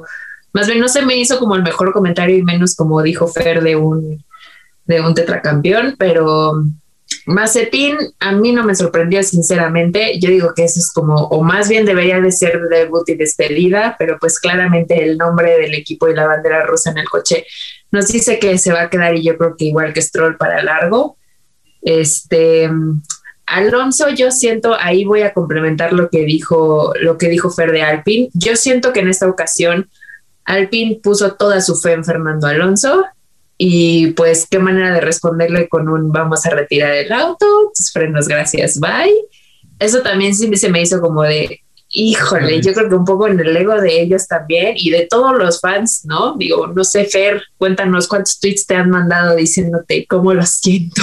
[SPEAKER 2] más bien no se me hizo como el mejor comentario y menos como dijo Fer de un, de un tetracampeón, pero Mazepin a mí no me sorprendió sinceramente. Yo digo que eso es como, o más bien debería de ser debut y despedida, pero pues claramente el nombre del equipo y la bandera rusa en el coche nos dice que se va a quedar, y yo creo que igual que Stroll para largo. Este Alonso, yo siento, ahí voy a complementar lo que dijo, lo que dijo Fer de Alpine. Yo siento que en esta ocasión Alpine puso toda su fe en Fernando Alonso. Y pues qué manera de responderle con un vamos a retirar el auto, tus frenos, gracias, bye. Eso también sí se me hizo como de, híjole, yo creo que un poco en el ego de ellos también y de todos los fans, ¿no? Digo, no sé, Fer, cuéntanos cuántos tweets te han mandado diciéndote cómo lo siento.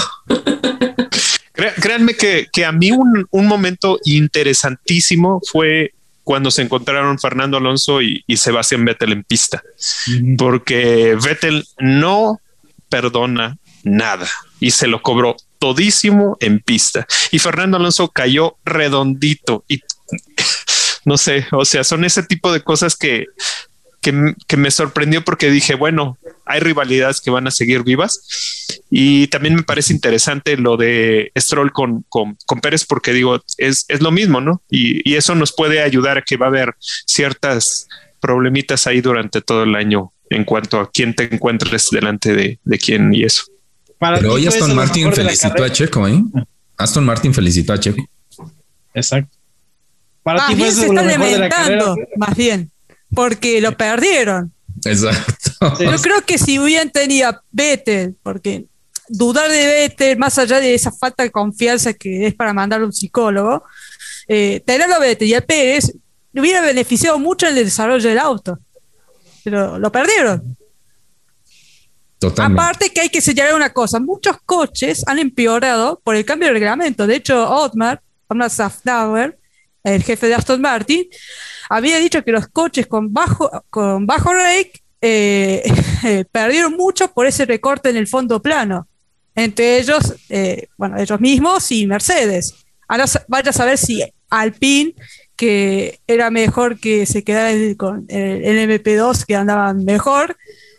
[SPEAKER 4] Créanme que, que a mí un, un momento interesantísimo fue cuando se encontraron Fernando Alonso y, y Sebastián Vettel en pista, uh-huh. porque Vettel no perdona nada y se lo cobró todísimo en pista y Fernando Alonso cayó redondito y no sé, o sea, son ese tipo de cosas que, que, que me sorprendió porque dije, bueno, hay rivalidades que van a seguir vivas y también me parece interesante lo de Stroll con, con, con Pérez porque digo, es, es lo mismo, ¿no? Y, y eso nos puede ayudar a que va a haber ciertas problemitas ahí durante todo el año en cuanto a quién te encuentres delante de, de quién y eso.
[SPEAKER 5] Para Pero hoy Aston Martin felicitó a Checo, ¿eh? Aston Martin felicitó a Checo.
[SPEAKER 1] Exacto. Para
[SPEAKER 3] más
[SPEAKER 1] ti
[SPEAKER 3] bien
[SPEAKER 1] fue
[SPEAKER 3] se
[SPEAKER 1] lo
[SPEAKER 3] está
[SPEAKER 1] mejor de la
[SPEAKER 3] lamentando, más bien, porque lo perdieron.
[SPEAKER 5] Exacto.
[SPEAKER 3] Sí. Yo creo que si hubieran tenido a Vettel, porque dudar de Vettel, más allá de esa falta de confianza que es para mandarle a un psicólogo, eh, tenerlo a Vettel y a Pérez le hubiera beneficiado mucho en el desarrollo del auto. Pero lo perdieron.
[SPEAKER 5] Totalmente.
[SPEAKER 3] Aparte que hay que señalar una cosa, muchos coches han empeorado por el cambio de reglamento. De hecho, Otmar, Otmar Szafnauer, el jefe de Aston Martin, había dicho que los coches con bajo, con bajo rake eh, eh, perdieron mucho por ese recorte en el fondo plano. Entre ellos, eh, bueno, ellos mismos y Mercedes. Ahora vaya a saber si Alpine, que era mejor que se quedara con el, el M P dos, que andaban mejor,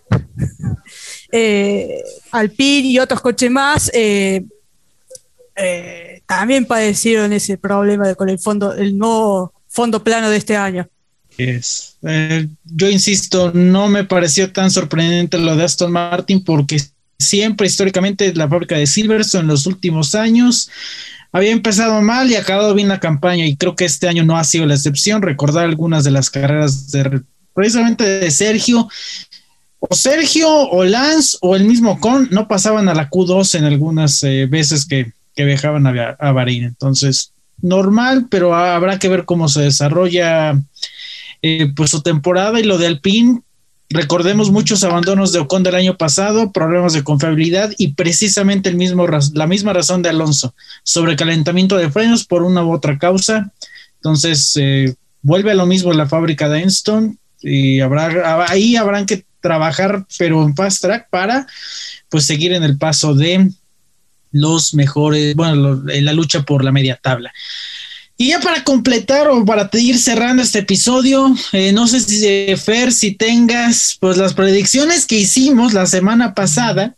[SPEAKER 3] eh, Alpine y otros coches más eh, eh, también padecieron ese problema de, con el fondo, el nuevo fondo plano de este año.
[SPEAKER 1] Yes. Eh, yo insisto, no me pareció tan sorprendente lo de Aston Martin porque siempre históricamente la fábrica de Silverstone en los últimos años había empezado mal y acabado bien la campaña y creo que este año no ha sido la excepción. Recordar algunas de las carreras de, precisamente de Sergio o Sergio o Lance o el mismo Ocon no pasaban a la Q dos en algunas eh, veces que, que viajaban a, a Bahrein. Entonces normal, pero habrá que ver cómo se desarrolla eh, pues su temporada. Y lo de Alpine, recordemos muchos abandonos de Ocon del año pasado, problemas de confiabilidad y precisamente el mismo la misma razón de Alonso, sobrecalentamiento de frenos por una u otra causa. Entonces eh, vuelve a lo mismo la fábrica de Enstone y habrá ahí habrán que trabajar pero en fast track para pues seguir en el paso de los mejores, bueno, lo, en la lucha por la media tabla. Y ya para completar o para ir cerrando este episodio, eh, no sé si eh, Fer, si tengas pues las predicciones que hicimos la semana pasada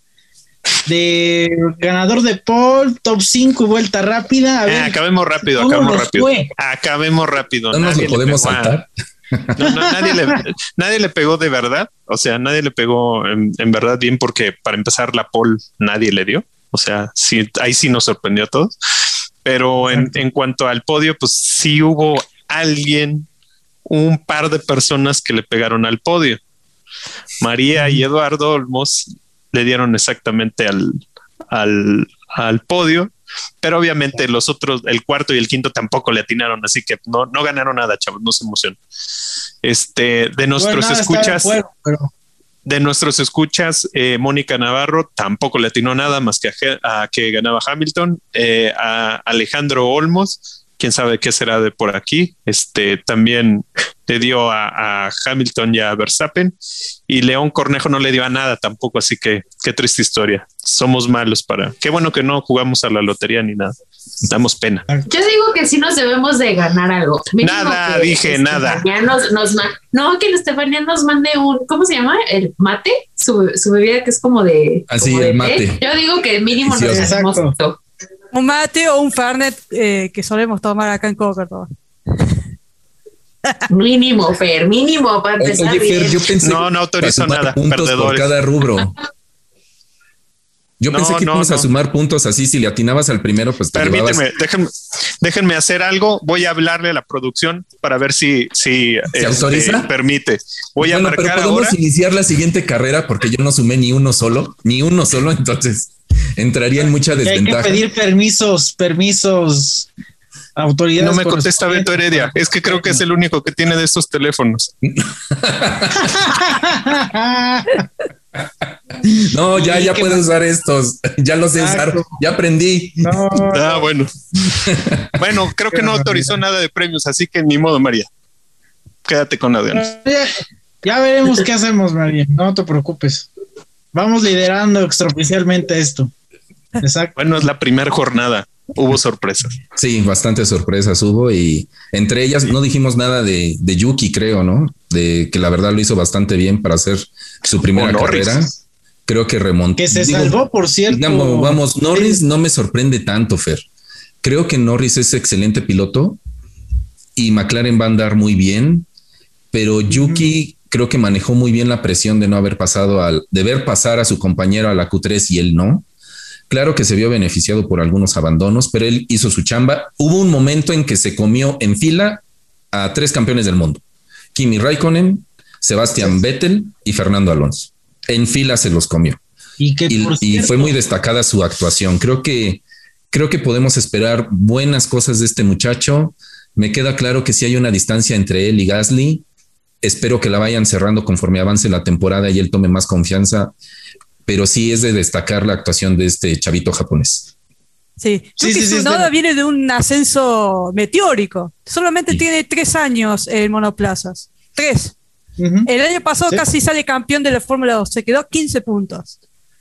[SPEAKER 1] de ganador de pole, top cinco y vuelta rápida. A ver,
[SPEAKER 4] eh, acabemos rápido, acabemos rápido. Fue? Acabemos rápido.
[SPEAKER 5] No nos lo podemos saltar.
[SPEAKER 4] No, no, nadie, le, nadie le pegó de verdad, o sea, nadie le pegó en, en verdad bien porque para empezar la pole nadie le dio, o sea, sí, ahí sí nos sorprendió a todos. Pero en, en cuanto al podio, pues sí hubo alguien, un par de personas que le pegaron al podio. María y Eduardo Olmos le dieron exactamente al, al, al podio, pero obviamente los otros, el cuarto y el quinto tampoco le atinaron, así que no, no ganaron nada, chavos, no se emocionen. Este, de nuestros bueno, escuchas... De, fuego, pero... de nuestros escuchas, eh, Mónica Navarro tampoco le atinó nada más que a, a que ganaba Hamilton. Eh, a Alejandro Olmos, quién sabe qué será de por aquí. Este también le dio a, a Hamilton y a Verstappen. Y León Cornejo no le dio a nada tampoco, así que qué triste historia. Somos malos para. Qué bueno que no jugamos a la lotería ni nada. Damos pena.
[SPEAKER 2] Yo digo que sí nos debemos de ganar algo. Mínimo
[SPEAKER 4] nada,
[SPEAKER 2] que
[SPEAKER 4] dije nada.
[SPEAKER 2] Nos, nos, no, que Estefanía nos mande un, ¿cómo se llama? El mate, su, su bebida que es como de...
[SPEAKER 5] Así,
[SPEAKER 2] como
[SPEAKER 5] el
[SPEAKER 2] de
[SPEAKER 5] mate.
[SPEAKER 2] té. Yo digo que mínimo
[SPEAKER 5] Sí,
[SPEAKER 2] nos
[SPEAKER 1] exacto.
[SPEAKER 2] hacemos esto.
[SPEAKER 3] Un mate o un Fernet eh, que solemos tomar acá en Córdoba.
[SPEAKER 2] Mínimo, Fer, mínimo para empezar.
[SPEAKER 5] Oye, Fer,
[SPEAKER 2] bien.
[SPEAKER 5] yo pensé
[SPEAKER 4] No, no autorizo
[SPEAKER 5] para sumar
[SPEAKER 4] nada,
[SPEAKER 5] puntos por
[SPEAKER 4] perdedores.
[SPEAKER 5] cada rubro. Yo
[SPEAKER 4] No,
[SPEAKER 5] pensé que
[SPEAKER 4] no,
[SPEAKER 5] íbamos
[SPEAKER 4] no.
[SPEAKER 5] a sumar puntos así. Si le atinabas al primero, pues te
[SPEAKER 4] Permíteme,
[SPEAKER 5] llevabas-
[SPEAKER 4] déjenme, déjenme hacer algo. Voy a hablarle a la producción para ver si, si este,
[SPEAKER 5] autoriza?
[SPEAKER 4] permite. Voy
[SPEAKER 5] Bueno,
[SPEAKER 4] a
[SPEAKER 5] pero
[SPEAKER 4] marcar
[SPEAKER 5] podemos
[SPEAKER 4] ahora.
[SPEAKER 5] iniciar la siguiente carrera porque yo no sumé ni uno solo, ni uno solo, entonces entraría en mucha
[SPEAKER 1] Que hay que
[SPEAKER 5] desventaja.
[SPEAKER 1] pedir permisos, permisos, autoridades.
[SPEAKER 4] No me contesta Beto Heredia. Es que creo que es el único que tiene de estos teléfonos.
[SPEAKER 5] No, ya,
[SPEAKER 1] Sí,
[SPEAKER 5] ya
[SPEAKER 1] que
[SPEAKER 5] puedes
[SPEAKER 1] más-
[SPEAKER 5] usar estos. Ya los sé usar.
[SPEAKER 1] Exacto.
[SPEAKER 5] Ya aprendí.
[SPEAKER 1] No,
[SPEAKER 4] Ah, bueno. Bueno, creo que no autorizó nada de premios, así que ni modo, María. Quédate con la de honor.
[SPEAKER 1] ya, ya veremos qué hacemos, María. No te preocupes. Vamos liderando extraoficialmente esto. Exacto.
[SPEAKER 4] Bueno, es la primera jornada. Hubo sorpresas.
[SPEAKER 5] Sí, bastantes sorpresas hubo y entre ellas no dijimos nada de, de Yuki, creo, ¿no? De que la verdad lo hizo bastante bien para hacer su primera
[SPEAKER 4] O Norris.
[SPEAKER 5] carrera. Creo que remontó.
[SPEAKER 1] Que se
[SPEAKER 5] Digo,
[SPEAKER 1] salvó, por cierto.
[SPEAKER 5] digamos, vamos, Norris no me sorprende tanto, Fer. Creo que Norris es excelente piloto y McLaren va a andar muy bien, pero Yuki creo que manejó muy bien la presión de no haber pasado al, de ver pasar a su compañero a la Q tres y él no. Claro que se vio beneficiado por algunos abandonos, pero él hizo su chamba. Hubo un momento en que se comió en fila a tres campeones del mundo: Kimi Raikkonen, Sebastian Vettel y Fernando Alonso. En fila se los comió.
[SPEAKER 1] Y que
[SPEAKER 5] Y,
[SPEAKER 1] por
[SPEAKER 5] y
[SPEAKER 1] cierto,
[SPEAKER 5] fue muy destacada su actuación. Creo que, creo que podemos esperar buenas cosas de este muchacho. Me queda claro que sí hay una distancia entre él y Gasly. Espero que la vayan cerrando conforme avance la temporada y él tome más confianza. Pero sí es de destacar la actuación de este chavito japonés.
[SPEAKER 3] Sí,
[SPEAKER 1] Sí,
[SPEAKER 3] Yuki
[SPEAKER 1] sí, sí,
[SPEAKER 3] Tsunoda
[SPEAKER 1] es
[SPEAKER 3] viene de un ascenso meteórico. Solamente
[SPEAKER 5] Sí.
[SPEAKER 3] tiene tres años en monoplazas. Tres.
[SPEAKER 1] ujú,
[SPEAKER 3] El año pasado
[SPEAKER 1] Sí.
[SPEAKER 3] casi sale campeón de la Fórmula dos. Se quedó quince puntos.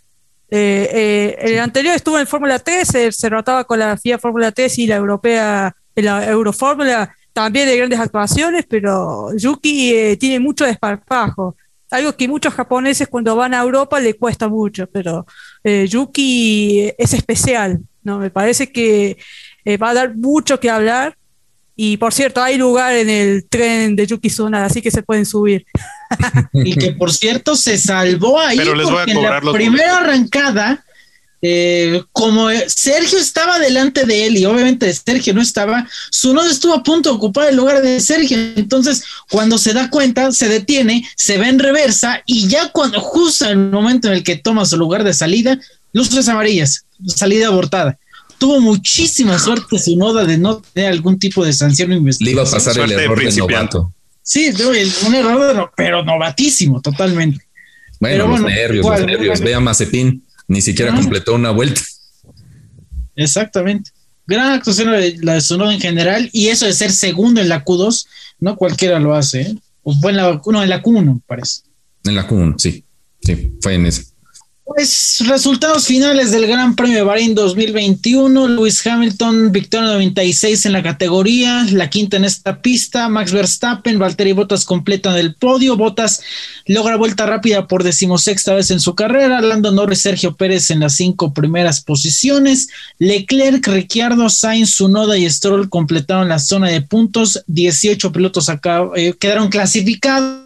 [SPEAKER 3] Eh, eh, el anterior estuvo en Fórmula tres, se, se rotaba con la F I A Fórmula tres y la europea, la Eurofórmula, también de grandes actuaciones, pero Yuki eh, tiene mucho desparpajo. Algo que muchos japoneses cuando van a Europa le cuesta mucho, pero eh, Yuki es especial, ¿no? Me parece que eh, va a dar mucho que hablar. Y por cierto, hay lugar en el tren de Yuki Tsunoda, así que se pueden subir.
[SPEAKER 1] Y que por cierto se salvó ahí
[SPEAKER 4] Pero les voy a
[SPEAKER 1] porque en
[SPEAKER 4] cobrar
[SPEAKER 1] la
[SPEAKER 4] los
[SPEAKER 1] primera arrancada, eh, como Sergio estaba delante de él y obviamente Sergio no estaba, Tsunoda estuvo a punto de ocupar el lugar de Sergio. Entonces, cuando se da cuenta, se detiene, se ve en reversa y ya cuando justo en el momento en el que toma su lugar de salida, luces amarillas, salida abortada. Tuvo muchísima suerte Tsunoda de no tener algún tipo de sanción o
[SPEAKER 5] Le
[SPEAKER 1] investigación.
[SPEAKER 5] iba a pasar
[SPEAKER 4] Suerte
[SPEAKER 5] el
[SPEAKER 4] de
[SPEAKER 5] error del
[SPEAKER 4] principiante.
[SPEAKER 5] novato.
[SPEAKER 1] Sí, un error, de no- pero novatísimo, totalmente.
[SPEAKER 5] Bueno,
[SPEAKER 1] Pero
[SPEAKER 5] los
[SPEAKER 1] bueno,
[SPEAKER 5] nervios,
[SPEAKER 1] igual,
[SPEAKER 5] los nervios.
[SPEAKER 1] igual.
[SPEAKER 5] Ve a Mazepin, ni siquiera
[SPEAKER 1] Ah.
[SPEAKER 5] completó una vuelta.
[SPEAKER 1] Exactamente. Gran actuación la de, la de Tsunoda en general, y eso de ser segundo en la Q dos, no cualquiera lo hace, ¿eh? O fue en la, no, en la Q uno, parece.
[SPEAKER 5] En la Q uno, sí. Sí, fue en ese.
[SPEAKER 1] Pues resultados finales del Gran Premio de Bahrein dos mil veintiuno. Lewis Hamilton, victoria noventa y seis en la categoría, la quinta en esta pista. Max Verstappen, Valtteri Bottas completan el podio. Bottas logra vuelta rápida por decimosexta vez en su carrera. Lando Norris, Sergio Pérez en las cinco primeras posiciones. Leclerc, Ricciardo, Sainz, Tsunoda y Stroll completaron la zona de puntos. dieciocho pilotos acá, eh, quedaron clasificados.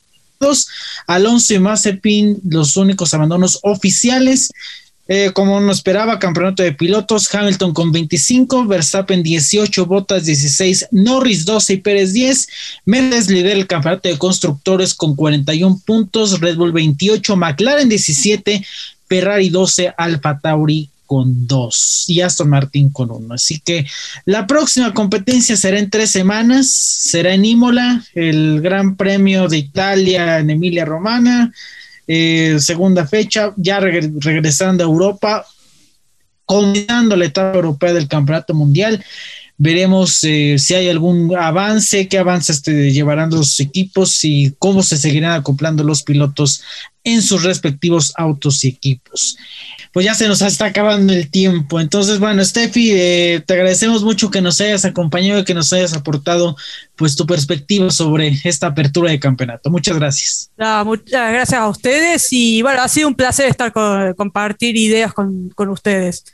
[SPEAKER 1] Alonso y Mazepin los únicos abandonos oficiales. Eh, como no esperaba, campeonato de pilotos: Hamilton con veinticinco, Verstappen dieciocho, Bottas dieciséis, Norris doce y Pérez diez. Mercedes lidera el campeonato de constructores con cuarenta y uno puntos, Red Bull veintiocho, McLaren diecisiete, Ferrari doce, Alfa Tauri con dos y Aston Martin con uno. Así que la próxima competencia será en tres semanas, será en Imola, el Gran Premio de Italia en Emilia Romagna, eh, segunda fecha, ya reg- regresando a Europa, combinando la etapa europea del Campeonato Mundial. veremos eh, si hay algún avance, qué avance este, llevarán los equipos y cómo se seguirán acoplando los pilotos en sus respectivos autos y equipos. Pues ya se nos está acabando el tiempo. Entonces, bueno, Steffi, eh, te agradecemos mucho que nos hayas acompañado y que nos hayas aportado pues tu perspectiva sobre esta apertura de campeonato. Muchas gracias.
[SPEAKER 3] No, muchas gracias a ustedes y bueno, ha sido un placer estar con, compartir ideas con, con ustedes.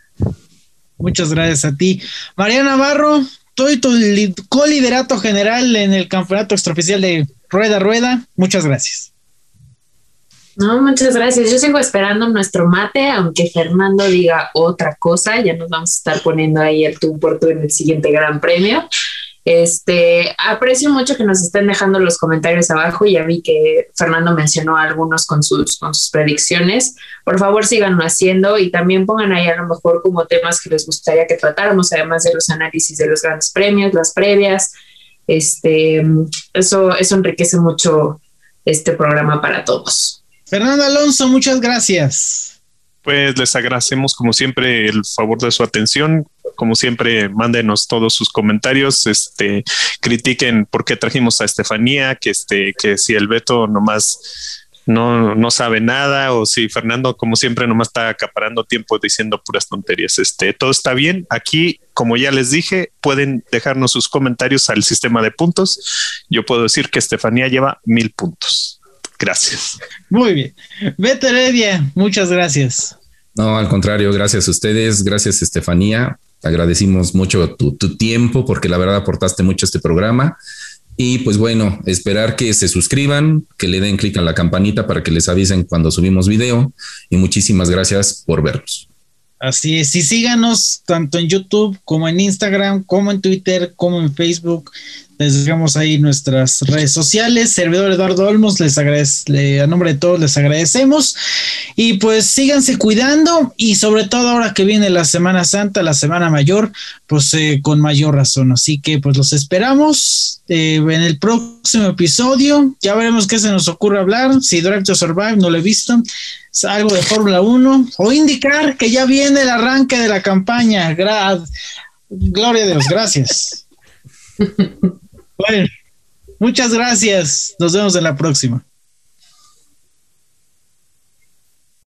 [SPEAKER 1] Muchas gracias a ti. María Navarro, tú y tu coliderato general en el campeonato extraoficial de Rueda a Rueda. Muchas gracias.
[SPEAKER 2] No, muchas gracias. Yo sigo esperando nuestro mate, aunque Fernando diga otra cosa. Ya nos vamos a estar poniendo ahí el tú por tú en el siguiente Gran Premio. Este, aprecio mucho que nos estén dejando los comentarios abajo. Ya vi que Fernando mencionó a algunos con sus, con sus predicciones. Por favor, síganlo haciendo y también pongan ahí a lo mejor como temas que les gustaría que tratáramos, además de los análisis de los grandes premios, las previas. Este, eso, eso enriquece mucho este programa para todos.
[SPEAKER 1] Fernando Alonso, muchas gracias.
[SPEAKER 4] Pues les agradecemos como siempre el favor de su atención. Como siempre, mándenos todos sus comentarios, este, critiquen por qué trajimos a Estefanía, que este, que si el Beto nomás no, no sabe nada, o si Fernando, como siempre, nomás está acaparando tiempo diciendo puras tonterías. Este, todo está bien. Aquí, como ya les dije, pueden dejarnos sus comentarios al sistema de puntos. Yo puedo decir que Estefanía lleva mil puntos. Gracias.
[SPEAKER 1] Muy bien. Beto Heredia, muchas gracias.
[SPEAKER 5] No, al contrario, gracias a ustedes, gracias Estefanía. Agradecimos mucho tu, tu tiempo porque la verdad aportaste mucho a este programa. Y pues bueno, esperar que se suscriban, que le den clic a la campanita para que les avisen cuando subimos video. Y muchísimas gracias por vernos.
[SPEAKER 1] Así es, y síganos tanto en YouTube como en Instagram, como en Twitter, como en Facebook. Les dejamos ahí nuestras redes sociales. Servidor Eduardo Olmos, les agradece, a nombre de todos les agradecemos. Y pues síganse cuidando y sobre todo ahora que viene la Semana Santa, la Semana Mayor, pues eh, con mayor razón. Así que pues los esperamos eh, en el próximo episodio. Ya veremos qué se nos ocurre hablar. Si Drive to Survive no lo he visto, algo de Fórmula uno o indicar que ya viene el arranque de la campaña. Gra- Gloria a Dios, gracias. Bueno, muchas gracias. Nos vemos en la próxima.